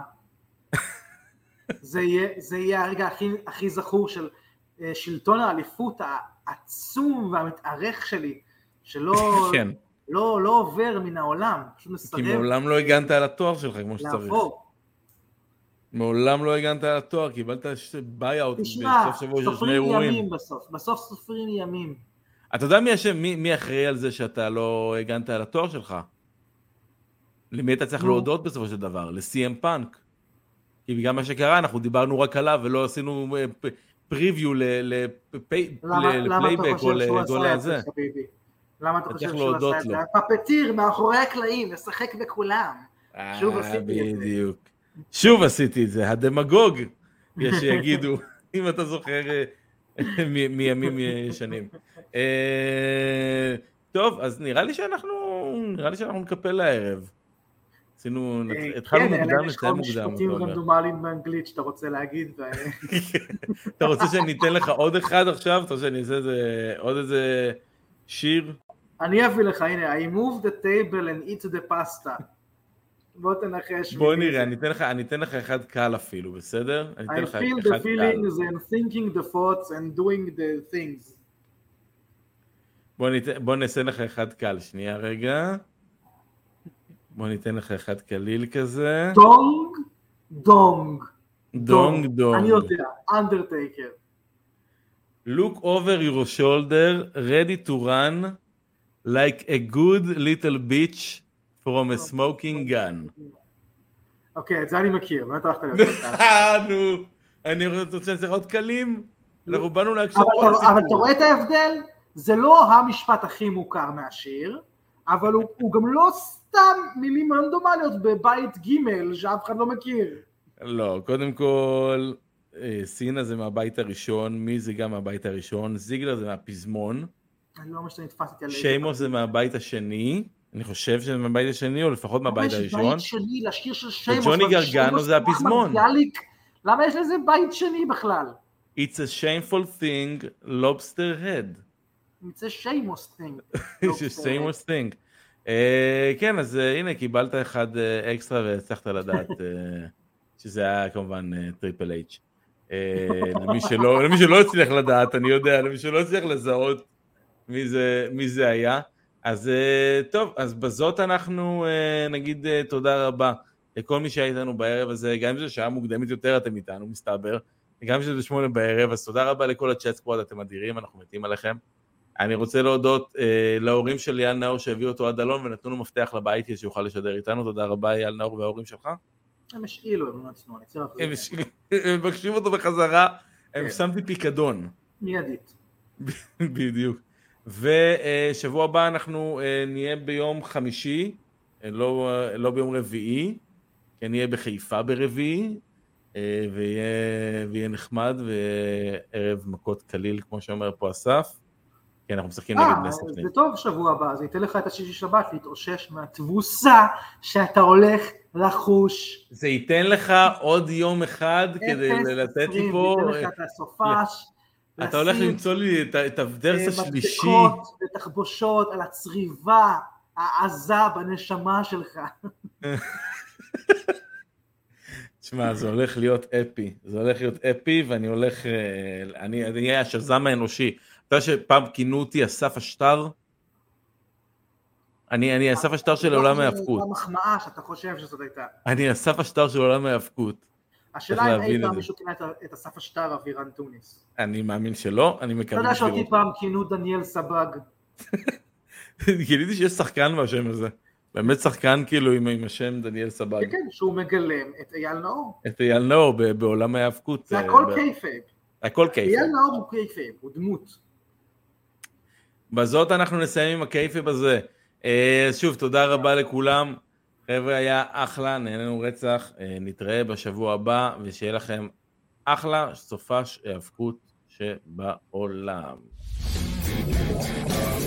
זה יהיה, זה יהיה הרגע הכי, הכי זכור של שלטון האליפות העצום והמתארך שלי, שלא כן. לא, לא עובר מן העולם, פשוט מסרב. כי מעולם לא הגנת על התואר שלך כמו שצריך. לעבור. מעולם לא הגנת על התואר, קיבלת ביי-אוט בסוף שבוע של שני אירועים. ימים בסוף, בסוף סופרים ימים. אתה יודע מי, השם, מי, מי אחראי על זה שאתה לא הגנת על התואר שלך? למי אתה צריך להודות בסופו של דבר? ל-סי אם פאנק. כי בגלל מה שקרה, אנחנו דיברנו רק עליו ולא עשינו פריוויו לפלייבק או לגול הזה. למה אתה חושב שהוא עשה את זה? הפפטיר מאחורי הקלעים, לשחק בכולם. שוב עשיתי את זה. בדיוק. שוב עשיתי את זה, הדמגוג, יש שיגידו, אם אתה זוכר מימים ישנים. טוב, אז נראה לי שאנחנו, נראה לי שאנחנו נקפל לערב. עשינו, התחלנו מוקדם, נסיים מוקדם. כן, אלה יש משפטים רנדומליים באנגלית שאתה רוצה להגיד. אתה רוצה שאני אתן לך עוד אחד עכשיו? אתה רוצה שאני אעשה עוד איזה שיר? אני אביא לך, הנה, I move the table and eat the pasta. בוא תנחש. בוא נראה, אני אתן לך, אני אתן לך אחד קל אפילו, בסדר? I feel the feelings and thinking the thoughts and doing the things. בוא ניתן, בוא נעשה לך אחד קל, שנייה רגע. בוא ניתן לך אחד קליל כזה. דונג, דונג. דונג, דונג. אני יודע, אנדרטייקר. Look over your shoulder, ready to run, like a good little bitch from a smoking gun. אוקיי, את זה אני מכיר, מה אתה הולכת להיות? נו, אני רוצה לצליח עוד קלים? אנחנו באנו להקשב פה על הסיפור. אבל אתה רואה את ההבדל? זה לא המשפט הכי מוכר מהשיר, אבל הוא גם לא סתם מילים רנדומליות בבית ג' שאף אחד לא מכיר. לא, קודם כל, סינה זה מהבית הראשון, מי זה גם מהבית הראשון, זיגלר זה מהפזמון. אני לא ממש נתפסתי עליהם. שיימוס זה מהבית השני, אני חושב שזה מהבית השני, או לפחות מהבית הראשון. יש בית שני לשיר של שיימוס. וג'וני גרגנו זה הפזמון. למה יש לזה בית שני בכלל? It's a shameful thing, lobster head. It's a shameless thing. It's a shameless thing. כן, אז הנה, קיבלת אחד אקסטרה והצלחת לדעת שזה היה כמובן טריפל אייץ'. למי שלא, למי שלא הצליח לדעת, אני יודע, למי שלא הצליח לזהות מי זה, מי זה היה. אז טוב, אז בזאת אנחנו נגיד תודה רבה לכל מי שהיה איתנו בערב הזה, גם אם זה שעה מוקדמת יותר אתם איתנו, מסתבר, גם אם זה שמונה בערב, אז תודה רבה לכל הצ'אט סקוואד, אתם אדירים, אנחנו מתים עליכם. אני רוצה להודות אה, להורים של אייל נאור שהביאו אותו עד אלון ונתנו לו מפתח לבית כדי שיוכל לשדר איתנו, תודה רבה אייל נאור וההורים שלך. הם השאילו, הם נצנו, אני צריך להחזיר. הם מבקשים אותו בחזרה, הם שמתי פיקדון. מיידית. בדיוק. ושבוע הבא אנחנו אה, נהיה ביום חמישי, אה, לא, אה, לא ביום רביעי, כי נהיה בחיפה ברביעי, אה, ויהיה, ויהיה נחמד וערב מכות קליל, כמו שאומר פה אסף. כי אנחנו משחקים נגד בני סכנין. זה טוב שבוע הבא, זה ייתן לך את השישי שבת להתאושש מהתבוסה שאתה הולך לחוש. זה ייתן לך עוד יום אחד כדי לתת לי פה... ייתן לך את הסופש. אתה הולך למצוא לי את הדרס השלישי. מדבקות ותחבושות על הצריבה העזה בנשמה שלך. תשמע, זה הולך להיות אפי. זה הולך להיות אפי ואני הולך... אני אהיה השזם האנושי. אתה יודע שפעם כינו אותי אסף השטר? אני, אני אסף השטר של עולם ההאבקות. זו מחמאה שאתה חושב שזאת הייתה. אני אסף השטר של עולם ההאבקות. השאלה אם אי פעם מישהו כינה את אסף השטר אבירן טוניס. אני מאמין שלא, אני מקווה. אתה יודע שאותי פעם כינו דניאל סבג. גיליתי שיש שחקן מהשם הזה. באמת שחקן כאילו עם השם דניאל סבג. כן, שהוא מגלם את אייל נאור. את אייל נאור בעולם ההאבקות. זה הכל קייפייב. הכל קייפייב. אייל נאור הוא קייפייב, הוא דמות. בזאת אנחנו נסיים עם הקייפייב הזה. שוב, תודה רבה לכולם. חבר'ה, היה אחלה, נהנינו רצח. נתראה בשבוע הבא, ושיהיה לכם אחלה סופש האבקות שבעולם.